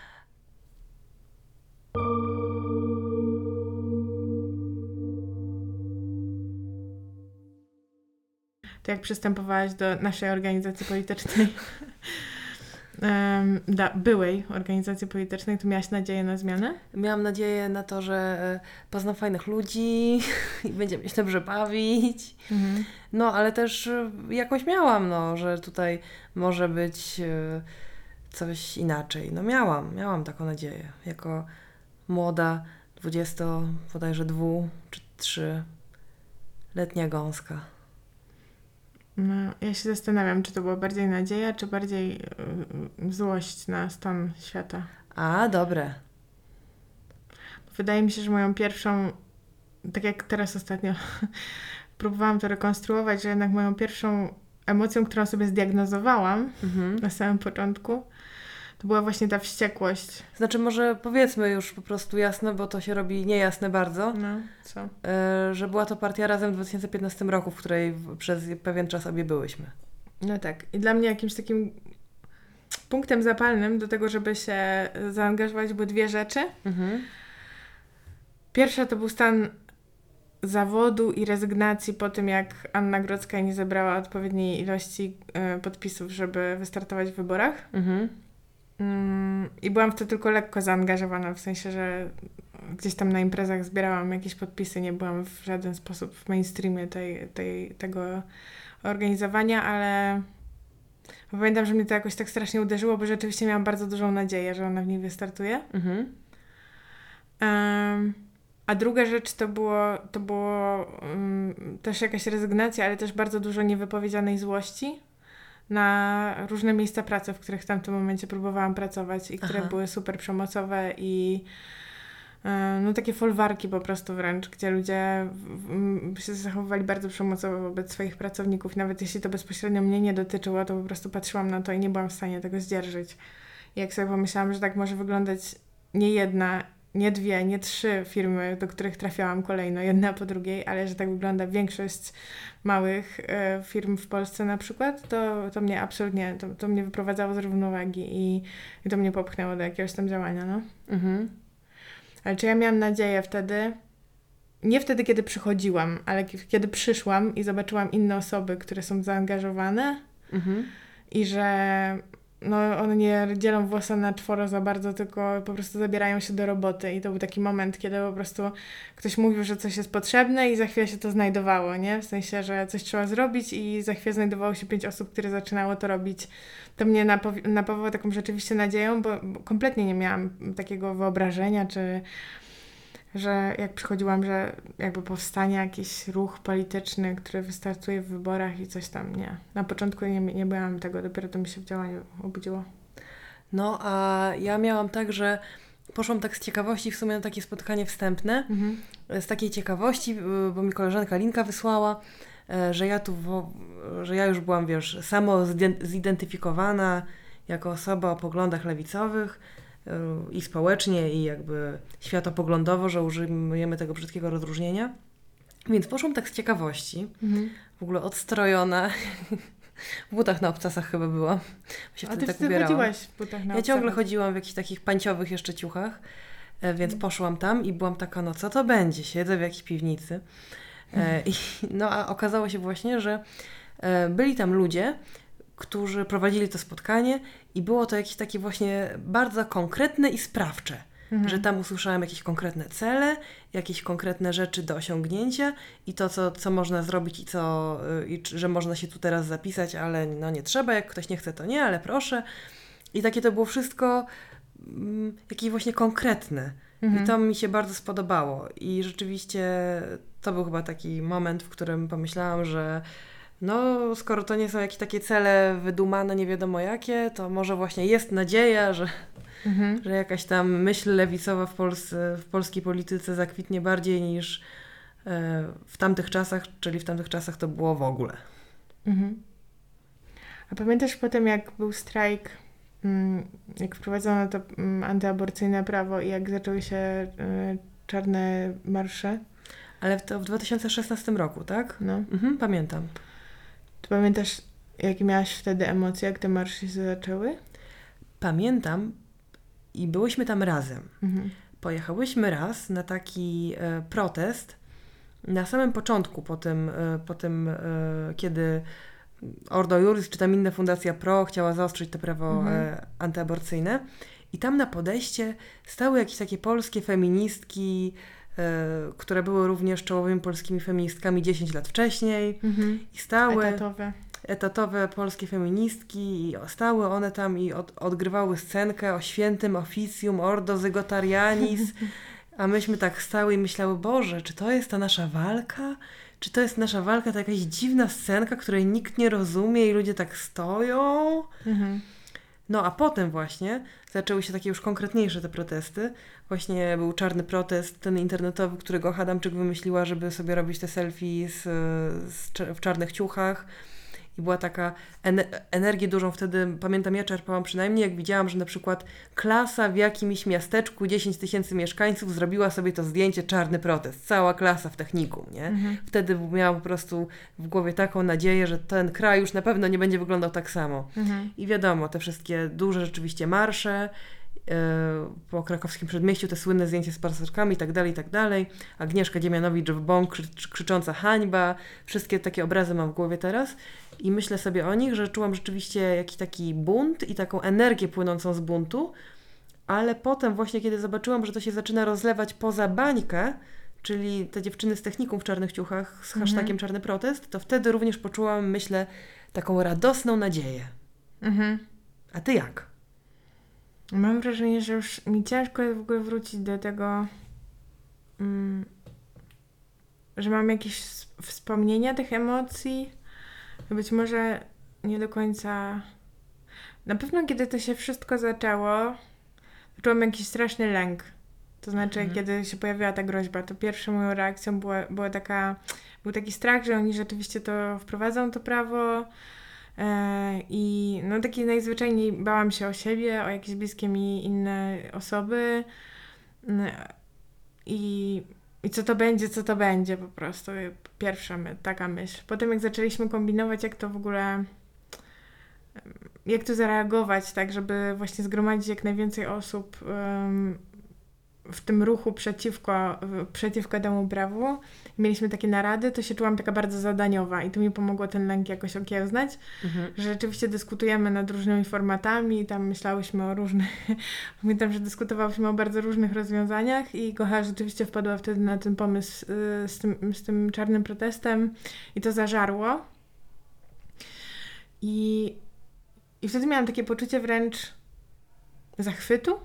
To jak przystępowałaś do naszej organizacji politycznej, byłej organizacji politycznej, to miałaś nadzieję na zmianę? Miałam nadzieję na to, że poznam fajnych ludzi i będziemy się dobrze bawić. No, ale też jakoś miałam, że tutaj może być coś inaczej. No miałam taką nadzieję. Jako młoda, 2 czy 3-letnia gąska. No, ja się zastanawiam, czy to była bardziej nadzieja, czy bardziej złość na stan świata. A, dobre. Wydaje mi się, że moją pierwszą, tak jak teraz ostatnio próbowałam to rekonstruować, że jednak moją pierwszą emocją, którą sobie zdiagnozowałam na samym początku, to była właśnie ta wściekłość. Znaczy może powiedzmy już po prostu jasno, bo to się robi niejasne bardzo. No, co? Że była to partia Razem w 2015 roku, w której przez pewien czas obie byłyśmy. No tak. I dla mnie jakimś takim punktem zapalnym do tego, żeby się zaangażować, były 2 rzeczy. Pierwsza to był stan zawodu i rezygnacji po tym, jak Anna Grodzka nie zebrała odpowiedniej ilości podpisów, żeby wystartować w wyborach. I byłam w to tylko lekko zaangażowana, w sensie, że gdzieś tam na imprezach zbierałam jakieś podpisy, nie byłam w żaden sposób w mainstreamie tego organizowania, ale pamiętam, że mnie to jakoś tak strasznie uderzyło, bo rzeczywiście miałam bardzo dużą nadzieję, że ona w niej wystartuje. A druga rzecz to było też jakaś rezygnacja, ale też bardzo dużo niewypowiedzianej złości na różne miejsca pracy, w których w tamtym momencie próbowałam pracować i które były super przemocowe i takie folwarki po prostu wręcz, gdzie ludzie się zachowywali bardzo przemocowo wobec swoich pracowników. Nawet jeśli to bezpośrednio mnie nie dotyczyło, to po prostu patrzyłam na to i nie byłam w stanie tego zdzierżyć. I jak sobie pomyślałam, że tak może wyglądać nie jedna, nie 2, nie 3 firmy, do których trafiałam kolejno, jedna po drugiej, ale że tak wygląda większość małych firm w Polsce na przykład, to mnie absolutnie, to mnie wyprowadzało z równowagi i to mnie popchnęło do jakiegoś tam działania, no. Ale czy ja miałam nadzieję wtedy? Nie wtedy, kiedy przychodziłam, ale kiedy przyszłam i zobaczyłam inne osoby, które są zaangażowane i że one nie dzielą włosa na czworo za bardzo, tylko po prostu zabierają się do roboty. I to był taki moment, kiedy po prostu ktoś mówił, że coś jest potrzebne i za chwilę się to znajdowało, nie? W sensie, że coś trzeba zrobić i za chwilę znajdowało się 5 osób, które zaczynało to robić. To mnie napawało taką rzeczywiście nadzieją, bo kompletnie nie miałam takiego wyobrażenia, czy że jak przychodziłam, że jakby powstanie jakiś ruch polityczny, który wystartuje w wyborach i coś tam, nie. Na początku nie byłam tego, dopiero to mi się w działaniu obudziło. No, a ja miałam tak, że poszłam tak z ciekawości w sumie na takie spotkanie wstępne. Z takiej ciekawości, bo mi koleżanka Linka wysłała, że ja już byłam, wiesz, samo zidentyfikowana jako osoba o poglądach lewicowych i społecznie, i jakby światopoglądowo, że użyjemy tego brzydkiego rozróżnienia. Więc poszłam tak z ciekawości, w ogóle odstrojona. W butach na obcasach chyba byłam. A ty tak chodziłaś w butach na obcasach? Ja ciągle chodziłam w jakichś takich panciowych jeszcze ciuchach, więc poszłam tam i byłam taka, no co to będzie? Siedzę w jakiejś piwnicy. A okazało się właśnie, że byli tam ludzie, którzy prowadzili to spotkanie i było to jakieś takie właśnie bardzo konkretne i sprawcze. Że tam usłyszałam jakieś konkretne cele, jakieś konkretne rzeczy do osiągnięcia i to, co można zrobić i że można się tu teraz zapisać, ale no nie trzeba, jak ktoś nie chce, to nie, ale proszę. I takie to było wszystko jakieś właśnie konkretne. I to mi się bardzo spodobało. I rzeczywiście to był chyba taki moment, w którym pomyślałam, że no, skoro to nie są jakieś takie cele wydumane, nie wiadomo jakie, to może właśnie jest nadzieja, że jakaś tam myśl lewicowa w polskiej polityce zakwitnie bardziej niż w tamtych czasach, czyli w tamtych czasach to było w ogóle. A pamiętasz potem, jak był strajk, jak wprowadzono to antyaborcyjne prawo i jak zaczęły się czarne marsze? Ale to w 2016 roku, tak? No. Pamiętam. Ty pamiętasz, jakie miałaś wtedy emocje, jak te marsze się zaczęły? Pamiętam i byłyśmy tam razem. Pojechałyśmy raz na taki protest na samym początku, po tym kiedy Ordo Iuris, czy tam inna Fundacja Pro chciała zaostrzyć to prawo antyaborcyjne. I tam na podejście stały jakieś takie polskie feministki, które były również czołowymi polskimi feministkami 10 lat wcześniej. I stały etatowe polskie feministki i stały one tam i odgrywały scenkę o świętym oficjum Ordo Zygotarianis, a myśmy tak stały i myślały, Boże, czy to jest ta nasza walka? Czy to jest nasza walka, to jakaś dziwna scenka, której nikt nie rozumie i ludzie tak stoją? No a potem właśnie zaczęły się takie już konkretniejsze te protesty. Właśnie był czarny protest, ten internetowy, którego Adamczyk wymyśliła, żeby sobie robić te selfie w czarnych ciuchach. I była taka energię dużą wtedy, pamiętam, ja czerpałam przynajmniej, jak widziałam, że na przykład klasa w jakimś miasteczku 10 000 mieszkańców zrobiła sobie to zdjęcie czarny protest. Cała klasa w technikum, nie? Wtedy miałam po prostu w głowie taką nadzieję, że ten kraj już na pewno nie będzie wyglądał tak samo. I wiadomo, te wszystkie duże rzeczywiście marsze, po krakowskim przedmieściu, te słynne zdjęcia z pasterkami i tak dalej. Agnieszka Dziemianowicz w bąk, krzycząca hańba. Wszystkie takie obrazy mam w głowie teraz i myślę sobie o nich, że czułam rzeczywiście jakiś taki bunt i taką energię płynącą z buntu, ale potem właśnie, kiedy zobaczyłam, że to się zaczyna rozlewać poza bańkę, czyli te dziewczyny z technikum w czarnych ciuchach z hashtagiem czarny protest, to wtedy również poczułam, myślę, taką radosną nadzieję. A ty jak? Mam wrażenie, że już mi ciężko jest w ogóle wrócić do tego, że mam jakieś wspomnienia tych emocji. Być może nie do końca... Na pewno, kiedy to się wszystko zaczęło, czułam jakiś straszny lęk. To znaczy, kiedy się pojawiła ta groźba, to pierwszą moją reakcją był taki strach, że oni rzeczywiście to wprowadzą, to prawo. I no taki najzwyczajniej bałam się o siebie, o jakieś bliskie mi inne osoby i co to będzie po prostu. Pierwsza taka myśl. Potem jak zaczęliśmy kombinować, jak to w ogóle, jak tu zareagować, tak, żeby właśnie zgromadzić jak najwięcej osób w tym ruchu przeciwko temu prawu. Mieliśmy takie narady, to się czułam taka bardzo zadaniowa i to mi pomogło ten lęk jakoś okiełznać, że rzeczywiście dyskutujemy nad różnymi formatami i tam myślałyśmy o różnych, pamiętam, że dyskutowałyśmy o bardzo różnych rozwiązaniach i Gocha rzeczywiście wpadła wtedy na ten pomysł z tym czarnym protestem i to zażarło. I wtedy miałam takie poczucie wręcz zachwytu,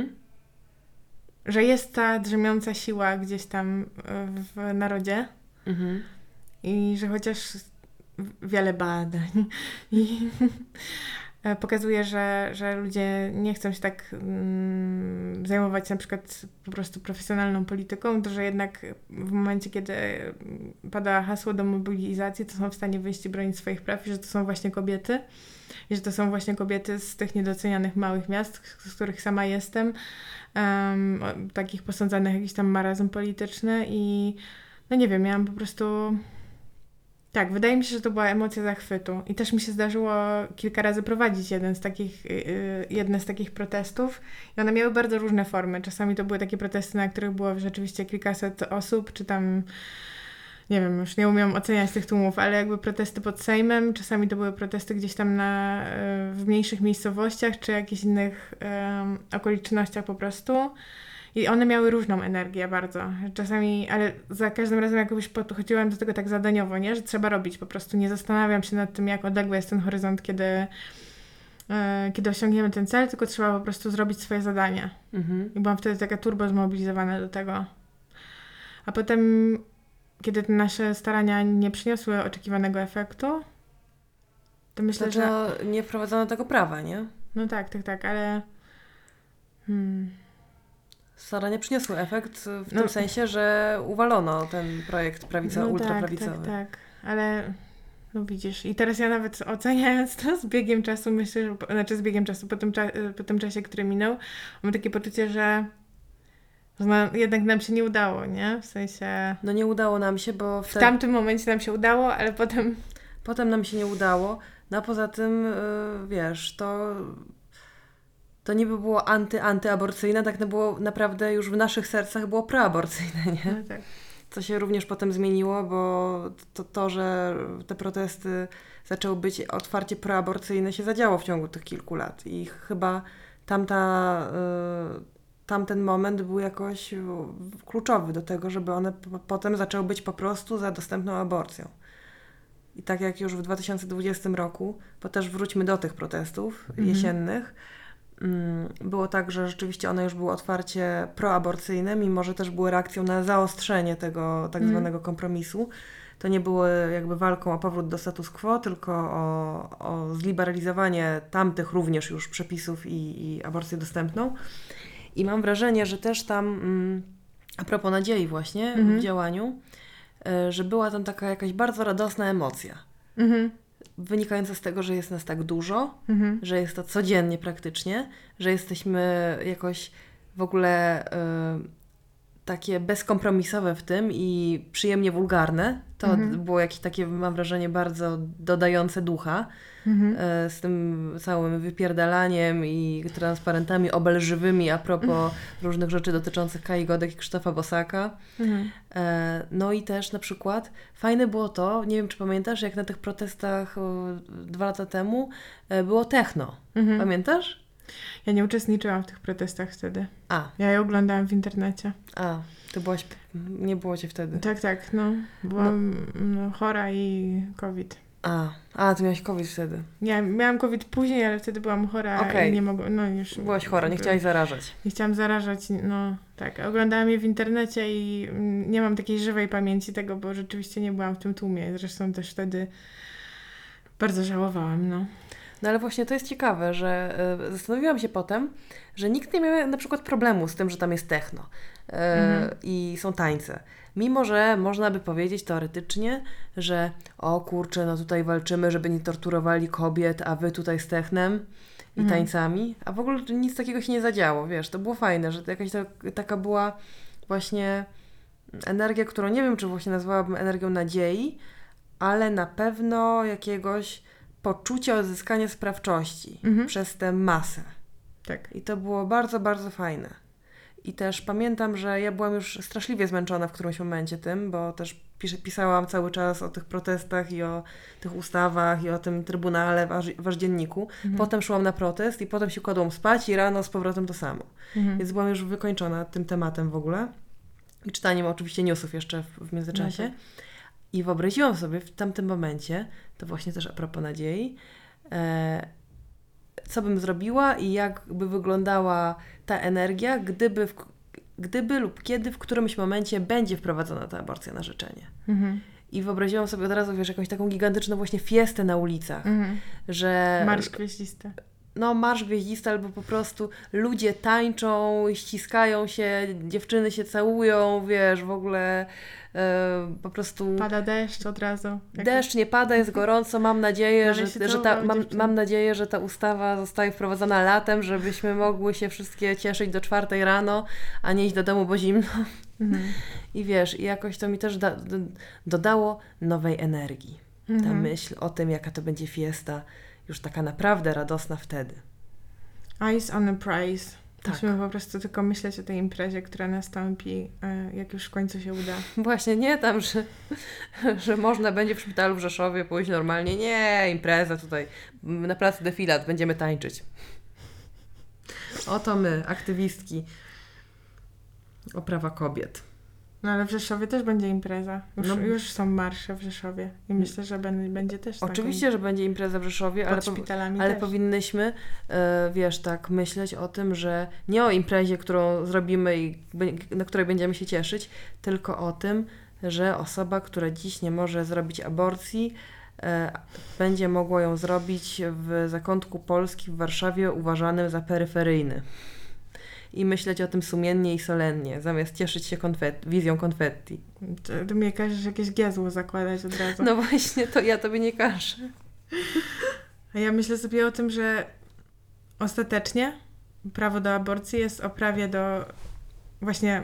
że jest ta drzemiąca siła gdzieś tam w narodzie i że chociaż wiele badań pokazuje, że ludzie nie chcą się tak zajmować na przykład po prostu profesjonalną polityką, to że jednak w momencie, kiedy pada hasło do mobilizacji, to są w stanie wyjść i bronić swoich praw i że to są właśnie kobiety. I że to są właśnie kobiety z tych niedocenianych małych miast, z których sama jestem, takich posądzanych jakiś tam marazm polityczny i no nie wiem, miałam po prostu... Tak, wydaje mi się, że to była emocja zachwytu. I też mi się zdarzyło kilka razy prowadzić jedne z takich protestów. I one miały bardzo różne formy. Czasami to były takie protesty, na których było rzeczywiście kilkaset osób, czy tam, nie wiem, już nie umiem oceniać tych tłumów, ale jakby protesty pod Sejmem. Czasami to były protesty gdzieś tam w mniejszych miejscowościach, czy jakichś innych okolicznościach po prostu. I one miały różną energię bardzo. Czasami, ale za każdym razem jakoś podchodziłam do tego tak zadaniowo, nie? Że trzeba robić. Po prostu nie zastanawiam się nad tym, jak odległy jest ten horyzont, kiedy osiągniemy ten cel, tylko trzeba po prostu zrobić swoje zadania. I byłam wtedy taka turbo zmobilizowana do tego. A potem, kiedy te nasze starania nie przyniosły oczekiwanego efektu, to myślę, że... nie wprowadzono tego prawa, nie? No tak, ale... Starania przyniosły efekt w tym sensie, że uwalono ten projekt ultraprawicowy. Tak, ale no widzisz. I teraz ja nawet oceniając to z biegiem czasu, myślę, że po tym czasie, który minął, mam takie poczucie, że jednak nam się nie udało, nie? W sensie... No nie udało nam się, bo... W tamtym momencie nam się udało, ale potem... Potem nam się nie udało. No a poza tym, wiesz, to niby było antyaborcyjne, tak było naprawdę już w naszych sercach było proaborcyjne, nie? No tak. Co się również potem zmieniło, bo to, że te protesty zaczęły być otwarcie proaborcyjne, się zadziało w ciągu tych kilku lat. I chyba tamten moment był jakoś kluczowy do tego, żeby one potem zaczęły być po prostu za dostępną aborcją. I tak jak już w 2020 roku, bo też wróćmy do tych protestów jesiennych, było tak, że rzeczywiście one już były otwarcie proaborcyjne, mimo że też były reakcją na zaostrzenie tego tak zwanego kompromisu. To nie było jakby walką o powrót do status quo, tylko o zliberalizowanie tamtych również już przepisów i aborcję dostępną. I mam wrażenie, że też tam, a propos nadziei właśnie w działaniu, że była tam taka jakaś bardzo radosna emocja. Wynikająca z tego, że jest nas tak dużo, że jest to codziennie praktycznie, że jesteśmy jakoś w ogóle takie bezkompromisowe w tym i przyjemnie wulgarne. To było jakieś takie, mam wrażenie, bardzo dodające ducha z tym całym wypierdalaniem i transparentami obelżywymi a propos różnych rzeczy dotyczących Kai Godek i Krzysztofa Bosaka. No i też na przykład fajne było to, nie wiem czy pamiętasz, jak na tych protestach 2 lata temu było techno. Pamiętasz? Ja nie uczestniczyłam w tych protestach wtedy. Ja je oglądałam w internecie. Ty nie było cię wtedy. Tak, no. Byłam chora i COVID. Ty miałaś COVID wtedy. Ja miałam COVID później, ale wtedy byłam chora i nie mogłam, Byłaś chora, nie chciałaś zarażać. Nie chciałam zarażać, tak. Oglądałam je w internecie i nie mam takiej żywej pamięci tego, bo rzeczywiście nie byłam w tym tłumie. Zresztą też wtedy bardzo żałowałam, No ale właśnie to jest ciekawe, że zastanowiłam się potem, że nikt nie miał na przykład problemu z tym, że tam jest techno i są tańce. Mimo, że można by powiedzieć teoretycznie, że o kurczę, no tutaj walczymy, żeby nie torturowali kobiet, a wy tutaj z technem i tańcami. A w ogóle nic takiego się nie zadziało, wiesz, to było fajne, że to jakaś taka była właśnie energia, którą nie wiem, czy właśnie nazwałabym energią nadziei, ale na pewno jakiegoś poczucia odzyskania sprawczości przez tę masę. Tak. I to było bardzo, bardzo fajne. I też pamiętam, że ja byłam już straszliwie zmęczona w którymś momencie tym, bo też pisałam cały czas o tych protestach i o tych ustawach i o tym trybunale w dzienniku. Potem szłam na protest i potem się kładłam spać i rano z powrotem to samo. Więc byłam już wykończona tym tematem w ogóle. I czytaniem oczywiście newsów jeszcze w międzyczasie. No tak. I wyobraziłam sobie w tamtym momencie, to właśnie też a propos nadziei, co bym zrobiła i jak by wyglądała ta energia, gdyby lub kiedy w którymś momencie będzie wprowadzona ta aborcja na życzenie. I wyobraziłam sobie od razu, wiesz, jakąś taką gigantyczną właśnie fiestę na ulicach. Że... Marsz gwieździsty. No, marsz gwieździsty, albo po prostu ludzie tańczą, ściskają się, dziewczyny się całują, wiesz, w ogóle po prostu... Pada deszcz od razu. Deszcz nie pada, jest gorąco, mam nadzieję, mam nadzieję, że ta ustawa zostaje wprowadzona latem, żebyśmy mogły się wszystkie cieszyć do 4 rano, a nie iść do domu, bo zimno. I wiesz, i jakoś to mi też dodało nowej energii. Ta myśl o tym, jaka to będzie fiesta, już taka naprawdę radosna wtedy. Eyes on the prize. Tak. Musimy po prostu tylko myśleć o tej imprezie, która nastąpi, jak już w końcu się uda. Właśnie, nie tam, że można będzie w szpitalu w Rzeszowie pójść normalnie. Nie, impreza tutaj na placu Defilat, będziemy tańczyć. Oto my, aktywistki o prawa kobiet. No ale w Rzeszowie też będzie impreza. Już są marsze w Rzeszowie i myślę, że będzie też oczywiście, że będzie impreza w Rzeszowie, ale powinnyśmy, wiesz, tak myśleć o tym, że nie o imprezie, którą zrobimy i na której będziemy się cieszyć, tylko o tym, że osoba, która dziś nie może zrobić aborcji, będzie mogła ją zrobić w zakątku Polski w Warszawie uważanym za peryferyjny. I myśleć o tym sumiennie i solennie, zamiast cieszyć się wizją konfetti. Ty mnie każesz jakieś giezło zakładać od razu. No właśnie, to ja tobie nie każę. A ja myślę sobie o tym, że ostatecznie prawo do aborcji jest o prawie do właśnie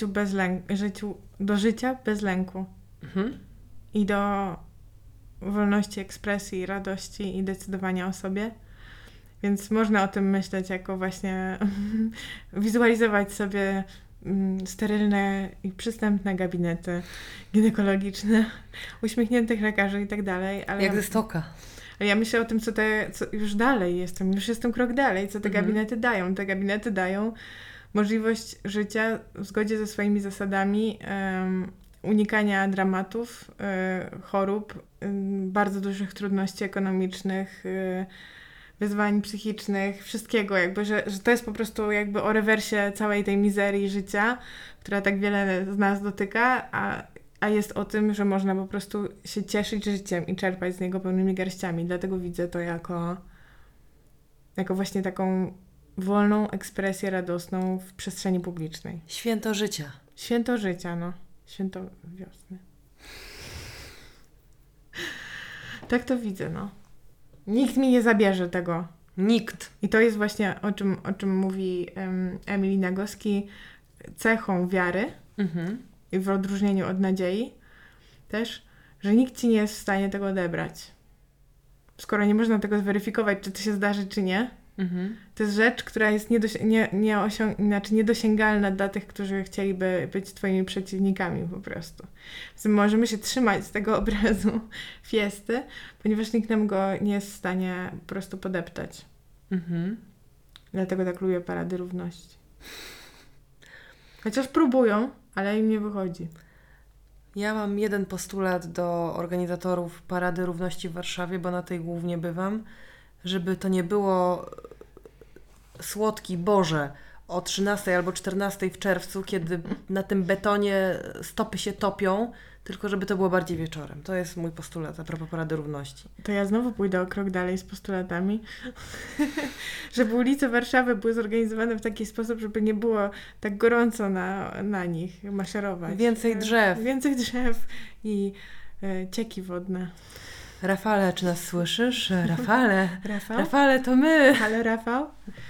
do życia bez lęku. I do wolności ekspresji, radości i decydowania o sobie. Więc można o tym myśleć jako właśnie wizualizować sobie sterylne i przystępne gabinety ginekologiczne, uśmiechniętych lekarzy i tak dalej. Jak ze stoka. Ale ja myślę o tym, co już dalej już jestem krok dalej, co te gabinety dają. Te gabinety dają możliwość życia w zgodzie ze swoimi zasadami, unikania dramatów, chorób, bardzo dużych trudności ekonomicznych, wyzwań psychicznych, wszystkiego, jakby, że to jest po prostu jakby o rewersie całej tej mizerii życia, która tak wiele z nas dotyka, a jest o tym, że można po prostu się cieszyć życiem i czerpać z niego pełnymi garściami. Dlatego widzę to jako właśnie taką wolną ekspresję radosną w przestrzeni publicznej. Święto życia. Święto życia, no. Święto wiosny. Tak to widzę, no. Nikt mi nie zabierze tego. Nikt. I to jest właśnie o czym mówi Emily Nagoski, cechą wiary i w odróżnieniu od nadziei też, że nikt ci nie jest w stanie tego odebrać. Skoro nie można tego zweryfikować, czy to się zdarzy, czy nie, to jest rzecz, która jest niedosięgalna dla tych, którzy chcieliby być twoimi przeciwnikami po prostu. Więc możemy się trzymać z tego obrazu fiesty, ponieważ nikt nam go nie jest w stanie po prostu podeptać. Dlatego tak lubię Parady Równości. Chociaż próbują, ale im nie wychodzi. Ja mam jeden postulat do organizatorów Parady Równości w Warszawie, bo na tej głównie bywam, żeby to nie było słodki Boże o 13 albo 14 w czerwcu, kiedy na tym betonie stopy się topią, tylko żeby to było bardziej wieczorem. To jest mój postulat a propos Parady Równości. To ja znowu pójdę o krok dalej z postulatami, żeby ulice Warszawy były zorganizowane w taki sposób, żeby nie było tak gorąco na nich maszerować. Więcej drzew. Więcej drzew i cieki wodne. Rafale, czy nas słyszysz? Rafale. Rafał? Rafale, to my. Halo, Rafał?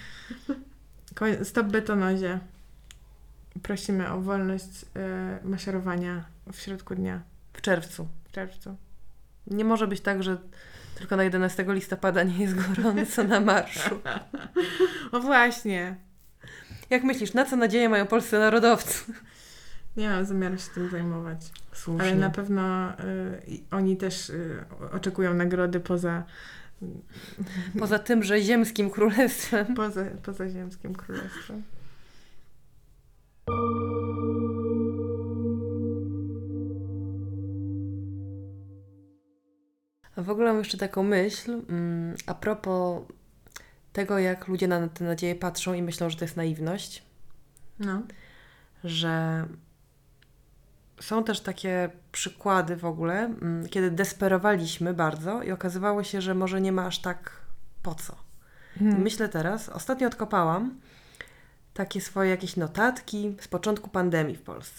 Stop betonozie. Prosimy o wolność maszerowania w środku dnia. W czerwcu. W czerwcu. Nie może być tak, że tylko na 11 listopada nie jest gorąco na marszu. O właśnie. Jak myślisz, na co nadzieję mają polscy narodowcy? Nie mam zamiaru się tym zajmować. Słusznie. Ale na pewno oni też oczekują nagrody poza tymże ziemskim królestwem. Poza ziemskim królestwem. A w ogóle mam jeszcze taką myśl a propos tego, jak ludzie na tę nadzieję patrzą i myślą, że to jest naiwność. No. Że są też takie przykłady w ogóle, kiedy desperowaliśmy bardzo i okazywało się, że może nie ma aż tak po co. I myślę teraz, ostatnio odkopałam takie swoje jakieś notatki z początku pandemii w Polsce.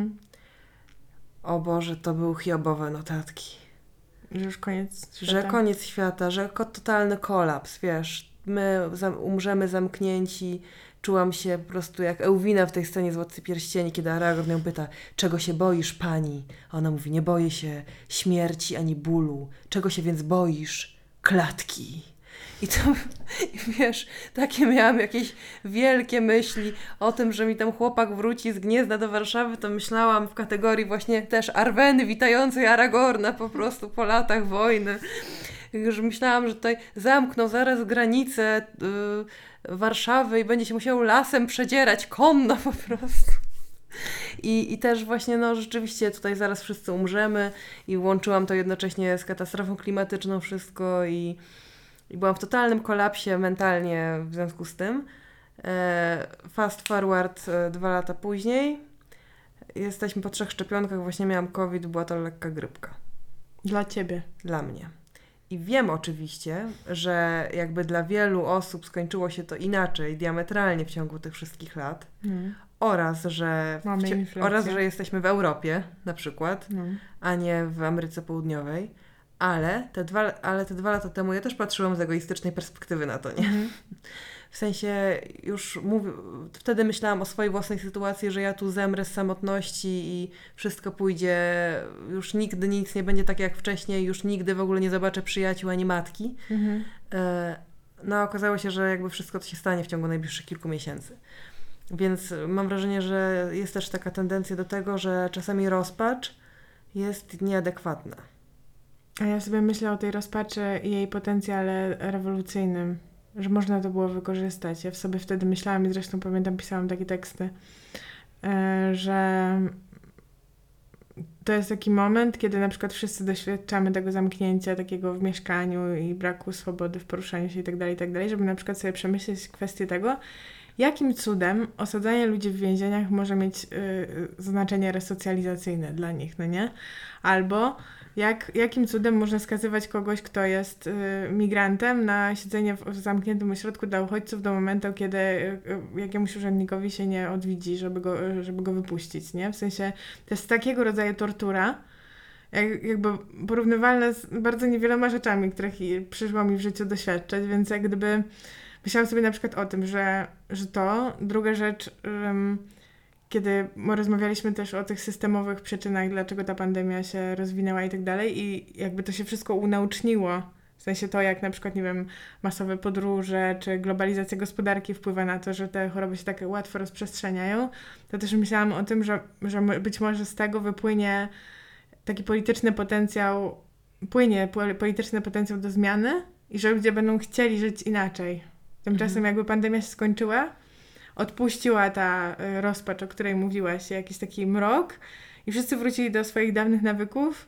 O Boże, to były hiobowe notatki. Że już koniec świata. Że koniec świata, że totalny kolaps, wiesz. My umrzemy zamknięci. Czułam się po prostu jak Ełwina w tej scenie z Władcy Pierścieni, kiedy Aragorn ją pyta, czego się boisz, pani? A ona mówi, nie boję się śmierci ani bólu. Czego się więc boisz? Klatki. I to, wiesz, takie miałam jakieś wielkie myśli o tym, że mi tam chłopak wróci z Gniezna do Warszawy, to myślałam w kategorii właśnie też Arweny witającej Aragorna po prostu po latach wojny. Że myślałam, że tutaj zamkną zaraz granice Warszawy i będzie się musiał lasem przedzierać konno po prostu. I też właśnie, no rzeczywiście tutaj zaraz wszyscy umrzemy i łączyłam to jednocześnie z katastrofą klimatyczną wszystko i byłam w totalnym kolapsie mentalnie w związku z tym. Fast forward 2 lata później. Jesteśmy po 3 szczepionkach, właśnie miałam COVID, była to lekka grypka. Dla ciebie. Dla mnie. I wiem oczywiście, że jakby dla wielu osób skończyło się to inaczej, diametralnie w ciągu tych wszystkich lat. Oraz, że jesteśmy w Europie na przykład, a nie w Ameryce Południowej. Ale te 2 lata temu ja też patrzyłam z egoistycznej perspektywy na to, nie? W sensie już wtedy myślałam o swojej własnej sytuacji, że ja tu zemrę z samotności i wszystko pójdzie, już nigdy nic nie będzie tak jak wcześniej, już nigdy w ogóle nie zobaczę przyjaciół ani matki. No okazało się, że jakby wszystko to się stanie w ciągu najbliższych kilku miesięcy. Więc mam wrażenie, że jest też taka tendencja do tego, że czasami rozpacz jest nieadekwatna. A ja sobie myślę o tej rozpaczy i jej potencjale rewolucyjnym, że można to było wykorzystać. Ja w sobie wtedy myślałam i zresztą pamiętam, pisałam takie teksty, że to jest taki moment, kiedy na przykład wszyscy doświadczamy tego zamknięcia takiego w mieszkaniu i braku swobody w poruszaniu się itd., żeby na przykład sobie przemyśleć kwestię tego, jakim cudem osadzanie ludzi w więzieniach może mieć znaczenie resocjalizacyjne dla nich, no nie? Albo jakim cudem można skazywać kogoś, kto jest migrantem na siedzenie w zamkniętym ośrodku dla uchodźców do momentu, kiedy jakiemuś urzędnikowi się nie odwiedzi, żeby go wypuścić, nie? W sensie to jest takiego rodzaju tortura, jakby porównywalne z bardzo niewieloma rzeczami, których przyszło mi w życiu doświadczać, więc jak gdyby myślałam sobie na przykład o tym, że to. Druga rzecz, kiedy rozmawialiśmy też o tych systemowych przyczynach, dlaczego ta pandemia się rozwinęła i tak dalej i jakby to się wszystko unauczniło. W sensie to, jak na przykład, nie wiem, masowe podróże czy globalizacja gospodarki wpływa na to, że te choroby się tak łatwo rozprzestrzeniają, to też myślałam o tym, że być może z tego wypłynie taki polityczny potencjał do zmiany i że ludzie będą chcieli żyć inaczej. Tymczasem jakby pandemia się skończyła, odpuściła ta rozpacz, o której mówiłaś, jakiś taki mrok i wszyscy wrócili do swoich dawnych nawyków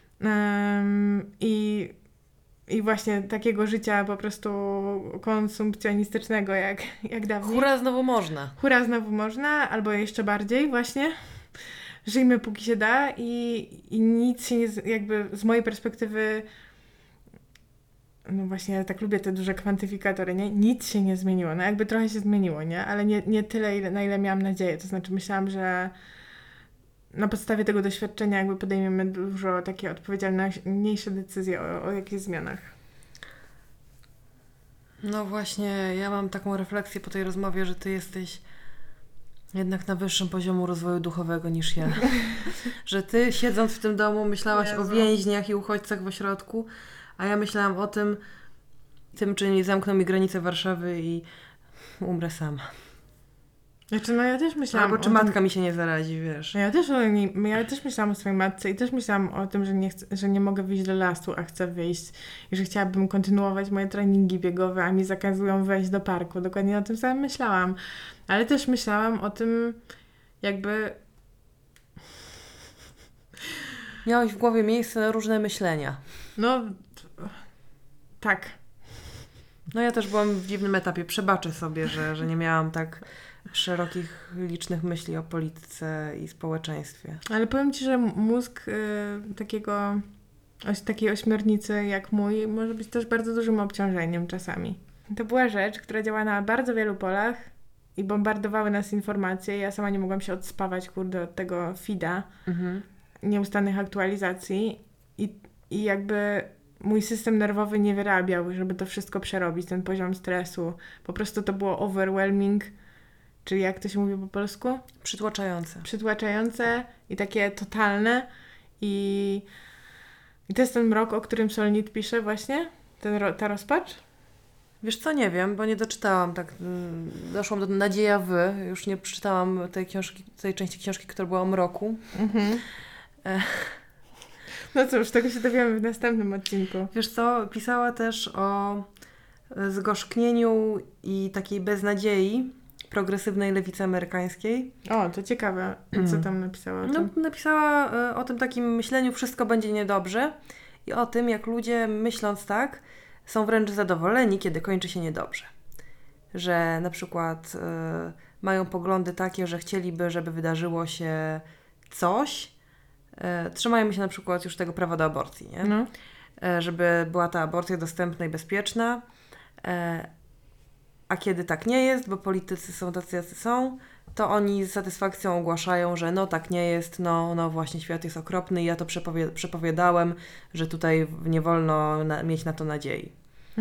i właśnie takiego życia po prostu konsumpcjonistycznego jak dawniej. Hura, znowu można. Hura, znowu można, albo jeszcze bardziej właśnie. Żyjmy póki się da i nic się nie, jakby z mojej perspektywy, no właśnie ja tak lubię te duże kwantyfikatory, nie? Nic się nie zmieniło. No jakby trochę się zmieniło, nie? Ale nie tyle, na ile miałam nadzieję. To znaczy myślałam, że na podstawie tego doświadczenia jakby podejmiemy dużo takie odpowiedzialniejsze decyzje o jakichś zmianach. No właśnie, ja mam taką refleksję po tej rozmowie, że ty jesteś jednak na wyższym poziomie rozwoju duchowego niż ja. Że ty siedząc w tym domu myślałaś o więźniach i uchodźcach w ośrodku, a ja myślałam o tym, czy nie zamkną mi granice Warszawy i umrę sama. Znaczy, no ja też myślałam albo czy matka mi się nie zarazi, wiesz. Ja też myślałam o swojej matce i też myślałam o tym, że nie mogę wyjść do lasu, a chcę wyjść i że chciałabym kontynuować moje treningi biegowe, a mi zakazują wejść do parku. Dokładnie o tym samym myślałam. Ale też myślałam o tym, jakby... Miałeś w głowie miejsce na różne myślenia. No, tak. No ja też byłam w dziwnym etapie. Przebaczę sobie, że nie miałam tak szerokich, licznych myśli o polityce i społeczeństwie. Ale powiem Ci, że mózg takiej ośmiornicy jak mój może być też bardzo dużym obciążeniem czasami. To była rzecz, która działała na bardzo wielu polach i bombardowały nas informacje. Ja sama nie mogłam się odspawać, od tego feeda, nieustannych aktualizacji i jakby mój system nerwowy nie wyrabiał, żeby to wszystko przerobić, ten poziom stresu. Po prostu to było overwhelming, czyli jak to się mówi po polsku? Przytłaczające i takie totalne. I to jest ten mrok, o którym Solnit pisze właśnie? Ta rozpacz? Wiesz co, nie wiem, bo nie doczytałam tak. Doszłam do Nadzieja już nie przeczytałam tej części książki, która była o mroku. No cóż, tego się dowiemy w następnym odcinku. Wiesz co, pisała też o zgorzknieniu i takiej beznadziei progresywnej lewicy amerykańskiej. O, to ciekawe. Co tam napisała o tym? No, napisała o tym takim myśleniu, wszystko będzie niedobrze i o tym, jak ludzie myśląc tak, są wręcz zadowoleni, kiedy kończy się niedobrze. Że na przykład mają poglądy takie, że chcieliby, żeby wydarzyło się coś. Trzymają się na przykład już tego prawa do aborcji, nie? No. Żeby była ta aborcja dostępna i bezpieczna. A kiedy tak nie jest, bo politycy są tacy, jacy są, to oni z satysfakcją ogłaszają, że no tak nie jest, no właśnie świat jest okropny i ja to przepowiadałem, że tutaj nie wolno mieć na to nadziei.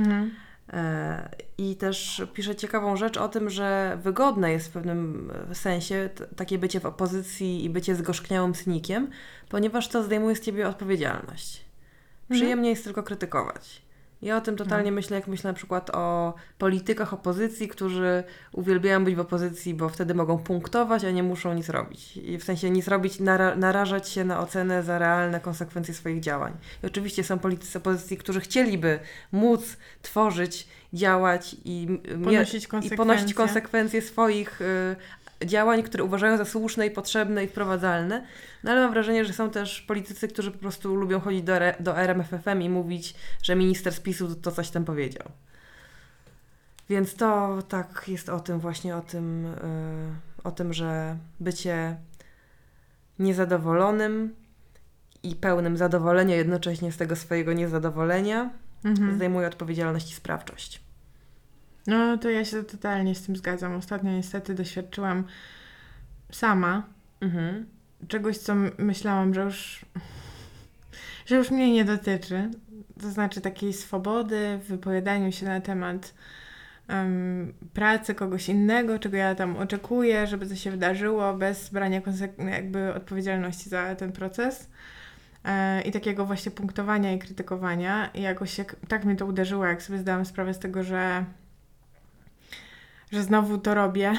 I też pisze ciekawą rzecz o tym, że wygodne jest w pewnym sensie takie bycie w opozycji i bycie zgorzkniałym cynikiem, ponieważ to zdejmuje z ciebie odpowiedzialność. Przyjemnie jest tylko krytykować. Ja o tym totalnie myślę, jak myślę na przykład o politykach opozycji, którzy uwielbiają być w opozycji, bo wtedy mogą punktować, a nie muszą nic robić. I w sensie nic robić, narażać się na ocenę za realne konsekwencje swoich działań. I oczywiście są politycy opozycji, którzy chcieliby móc tworzyć, działać i ponosić konsekwencje swoich działań, które uważają za słuszne i potrzebne i wprowadzalne. No ale mam wrażenie, że są też politycy, którzy po prostu lubią chodzić do RMFFM i mówić, że minister z PiS-u to coś tam powiedział. Więc to tak jest o tym właśnie, o tym, że bycie niezadowolonym i pełnym zadowolenia jednocześnie z tego swojego niezadowolenia zdejmuje odpowiedzialność i sprawczość. No to ja się totalnie z tym zgadzam. Ostatnio niestety doświadczyłam sama czegoś, co myślałam, że już mnie nie dotyczy. To znaczy takiej swobody w wypowiadaniu się na temat pracy kogoś innego, czego ja tam oczekuję, żeby to się wydarzyło, bez brania jakby odpowiedzialności za ten proces. I takiego właśnie punktowania i krytykowania. I jakoś tak mnie to uderzyło, jak sobie zdałam sprawę z tego, że znowu to robię,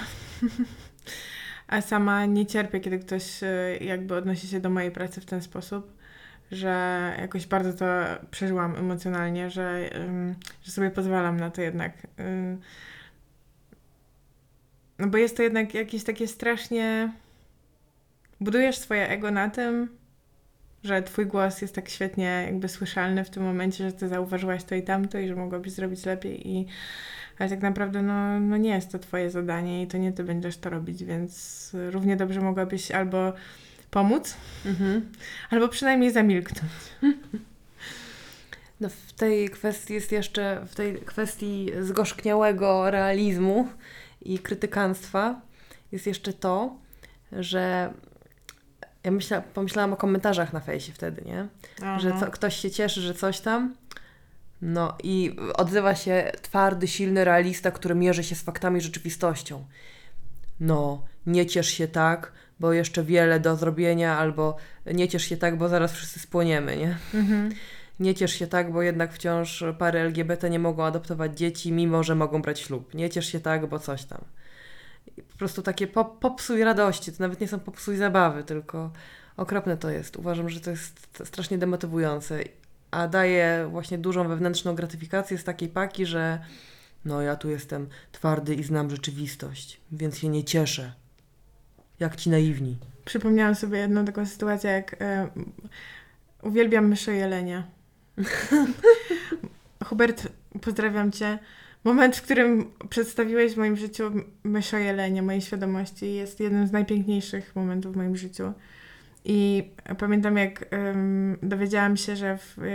a sama nie cierpię, kiedy ktoś jakby odnosi się do mojej pracy w ten sposób, że jakoś bardzo to przeżyłam emocjonalnie, że sobie pozwalam na to jednak. No bo jest to jednak jakieś takie strasznie... Budujesz swoje ego na tym, że twój głos jest tak świetnie jakby słyszalny w tym momencie, że ty zauważyłaś to i tamto i że mogłabyś zrobić lepiej ale tak naprawdę no nie jest to twoje zadanie i to nie ty będziesz to robić, więc równie dobrze mogłabyś albo pomóc, albo przynajmniej zamilknąć. No w tej kwestii jest jeszcze, w tej kwestii zgorzkniałego realizmu i krytykanstwa jest jeszcze to, że ja pomyślałam o komentarzach na fejsie wtedy, nie? Że ktoś się cieszy, że coś tam. No i odzywa się twardy, silny realista, który mierzy się z faktami i rzeczywistością. No, nie ciesz się tak, bo jeszcze wiele do zrobienia, albo nie ciesz się tak, bo zaraz wszyscy spłoniemy, nie? Nie ciesz się tak, bo jednak wciąż pary LGBT nie mogą adoptować dzieci, mimo że mogą brać ślub. Nie ciesz się tak, bo coś tam. I po prostu takie popsuj radości, to nawet nie są popsuj zabawy, tylko okropne to jest. Uważam, że to jest strasznie demotywujące, a daje właśnie dużą wewnętrzną gratyfikację z takiej paki, że no ja tu jestem twardy i znam rzeczywistość, więc się nie cieszę. Jak ci naiwni. Przypomniałam sobie jedną taką sytuację, jak uwielbiam myszy jelenia. Hubert, pozdrawiam cię. Moment, w którym przedstawiłeś w moim życiu myszojelenie, mojej świadomości, jest jednym z najpiękniejszych momentów w moim życiu. I pamiętam, jak dowiedziałam się, że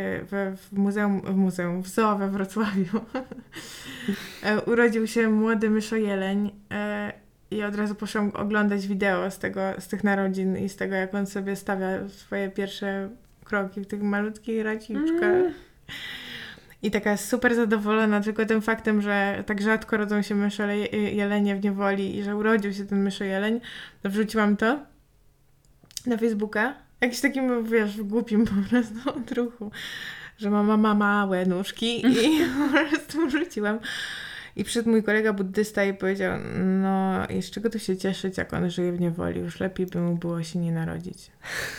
w zoo we Wrocławiu urodził się młody myszojeleń i od razu poszłam oglądać wideo z tych narodzin i z tego, jak on sobie stawia swoje pierwsze kroki w tych malutkich raciczkach. I taka super zadowolona tylko tym faktem, że tak rzadko rodzą się myszojelenie w niewoli i że urodził się ten myszojeleń, to wrzuciłam to na Facebooka. Jakiś takim, wiesz, głupim po prostu odruchu, że mama ma małe nóżki i po prostu wrzuciłam. I przyszedł mój kolega buddysta i powiedział, no i z czego tu się cieszyć, jak on żyje w niewoli? Już lepiej by mu było się nie narodzić.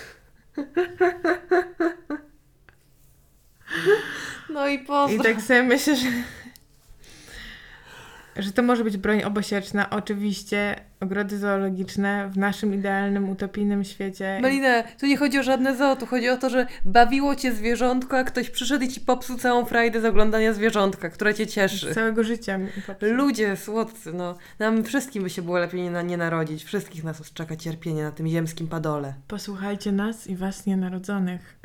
No i pozdro. I tak sobie myślę, że to może być broń obosieczna. Oczywiście ogrody zoologiczne w naszym idealnym, utopijnym świecie. Melina, tu nie chodzi o żadne zoo, tu chodzi o to, że bawiło cię zwierzątko, a ktoś przyszedł i ci popsuł całą frajdę z oglądania zwierzątka, które cię cieszy. Z całego życia mi popsuł. Ludzie słodcy, no. Nam wszystkim by się było lepiej nie narodzić. Wszystkich nas czeka cierpienie na tym ziemskim padole. Posłuchajcie nas i was nienarodzonych.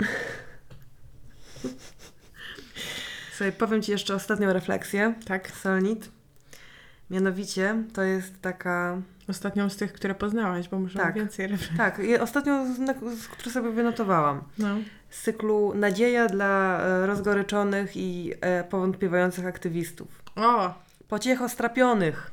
Słuchaj, powiem ci jeszcze ostatnią refleksję. Tak. Solnit. Mianowicie to jest taka... Ostatnią z tych, które poznałaś, bo muszę więcej refleksji. Tak, ostatnią, którą sobie wynotowałam. No. Z cyklu Nadzieja dla rozgoryczonych i powątpiewających aktywistów. O! Pociecho strapionych.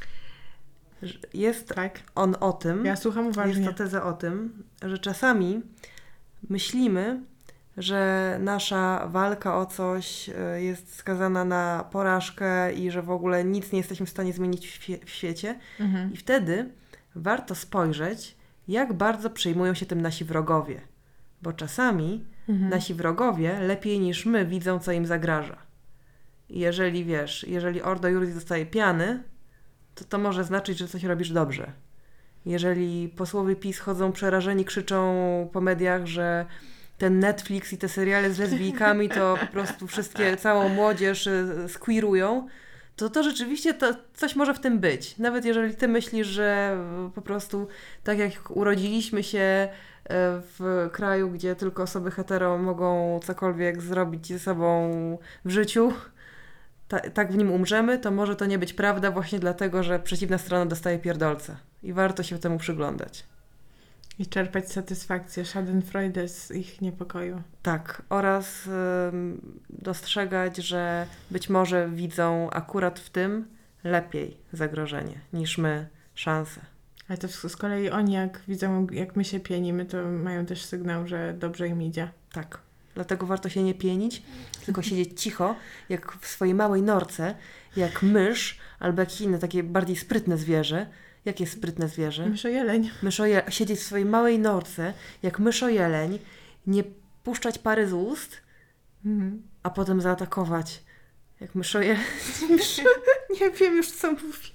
Jest on o tym... Ja słucham uważnie. Jest to teza o tym, że czasami myślimy, że nasza walka o coś jest skazana na porażkę i że w ogóle nic nie jesteśmy w stanie zmienić w świecie. I wtedy warto spojrzeć, jak bardzo przejmują się tym nasi wrogowie. Bo czasami nasi wrogowie lepiej niż my widzą, co im zagraża. I jeżeli Ordo Iuris dostaje piany, to może znaczyć, że coś robisz dobrze. Jeżeli posłowie PiS chodzą przerażeni, krzyczą po mediach, że ten Netflix i te seriale z lesbijkami to po prostu całą młodzież squeerują, to rzeczywiście to coś może w tym być. Nawet jeżeli ty myślisz, że po prostu tak jak urodziliśmy się w kraju, gdzie tylko osoby hetero mogą cokolwiek zrobić ze sobą w życiu, tak w nim umrzemy, to może to nie być prawda właśnie dlatego, że przeciwna strona dostaje pierdolce. I warto się temu przyglądać. I czerpać satysfakcję, schadenfreude z ich niepokoju. Tak, oraz dostrzegać, że być może widzą akurat w tym lepiej zagrożenie niż my szansę. Ale to z kolei oni, jak widzą, jak my się pienimy, to mają też sygnał, że dobrze im idzie. Tak. Dlatego warto się nie pienić, tylko siedzieć cicho, jak w swojej małej norce, jak mysz albo jakieś inne takie bardziej sprytne zwierzę. Jakie sprytne zwierzę? Myszojeleń. Siedzieć w swojej małej norce, jak myszojeleń, nie puszczać pary z ust, a potem zaatakować. Jak myszojeleń. Nie wiem już, co mówi.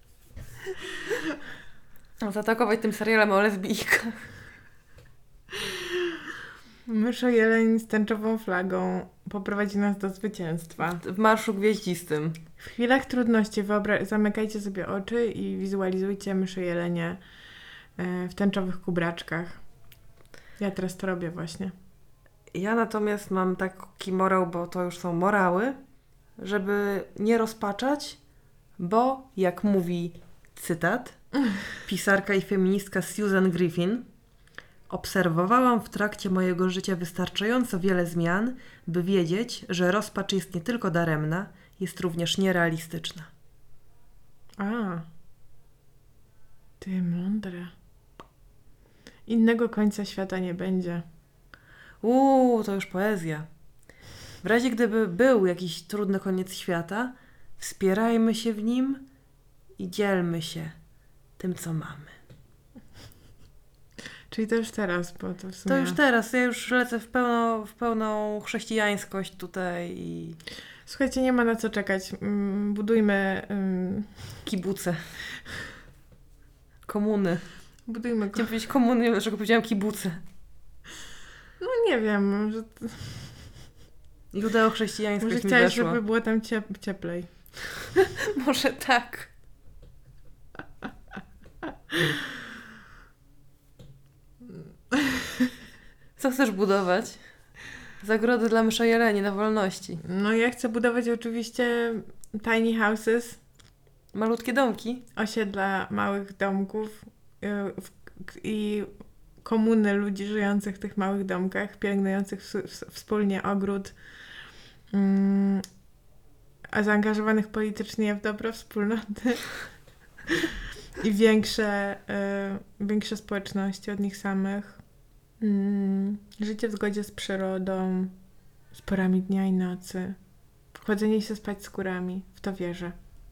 Zaatakować tym serialem o lesbijkach. Myszojeleń z tęczową flagą poprowadzi nas do zwycięstwa. W marszu gwieździstym. W chwilach trudności zamykajcie sobie oczy i wizualizujcie myszojelenie w tęczowych kubraczkach. Ja teraz to robię właśnie. Ja natomiast mam taki morał, bo to już są morały, żeby nie rozpaczać, bo jak mówi cytat, pisarka i feministka Susan Griffin, obserwowałam w trakcie mojego życia wystarczająco wiele zmian, by wiedzieć, że rozpacz jest nie tylko daremna, jest również nierealistyczna. A, ty mądre. Innego końca świata nie będzie. To już poezja. W razie gdyby był jakiś trudny koniec świata, wspierajmy się w nim i dzielmy się tym, co mamy. Czyli to już teraz, bo to w sumie... To już teraz. Ja już lecę w pełną chrześcijańskość tutaj i... Słuchajcie, nie ma na co czekać. Budujmy... Kibuce. Komuny. Budujmy... Chciałam powiedzieć komuny, dlaczego powiedziałam kibuce. No nie wiem, że... Judeo-chrześcijańskość Może mi chciałeś, weszła. żeby było tam cieplej. Może tak. Co chcesz budować? Zagrody dla mysza jeleni na wolności. No ja chcę budować oczywiście tiny houses. Malutkie domki. Osiedla małych domków i komuny ludzi żyjących w tych małych domkach, pielęgnujących wspólnie ogród, a zaangażowanych politycznie w dobro wspólnoty i większe społeczności od nich samych. Życie w zgodzie z przyrodą, z porami dnia i nocy, chodzenie się spać z kurami, w to wierzę.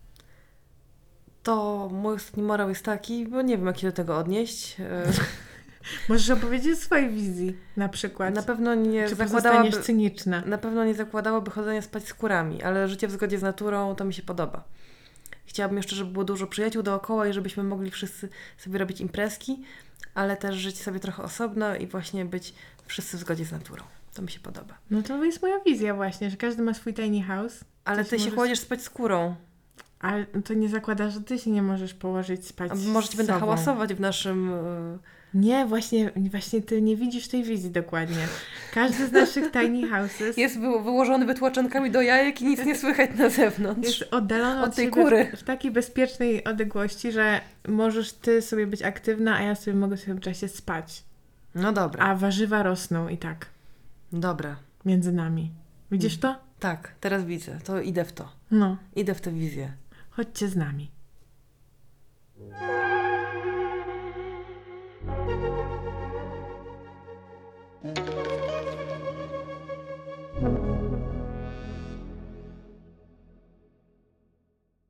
To mój ostatni morał jest taki, bo nie wiem, jak się do tego odnieść. Możesz opowiedzieć o swojej wizji, na przykład. Na pewno nie zakładałaby cyniczna. Na pewno nie zakładałoby chodzenia spać z kurami, ale życie w zgodzie z naturą to mi się podoba. Chciałabym jeszcze, żeby było dużo przyjaciół dookoła i żebyśmy mogli wszyscy sobie robić imprezki, ale też żyć sobie trochę osobno i właśnie być wszyscy w zgodzie z naturą. To mi się podoba. No to jest moja wizja właśnie, że każdy ma swój tiny house. Ale ty się kładziesz spać z kurą. Ale to nie zakłada, że ty się nie możesz położyć spać z może ci będę hałasować w naszym... Nie, właśnie ty nie widzisz tej wizji dokładnie. Każdy z naszych tiny houses jest wyłożony wytłoczonkami do jajek i nic nie słychać na zewnątrz. Jest oddalony od tej kury. W takiej bezpiecznej odległości, że możesz ty sobie być aktywna, a ja sobie mogę w tym czasie spać. No dobra. A warzywa rosną i tak. Dobra. Między nami. Widzisz to? Tak, teraz widzę. To idę w to. No. Idę w tę wizję. Chodźcie z nami.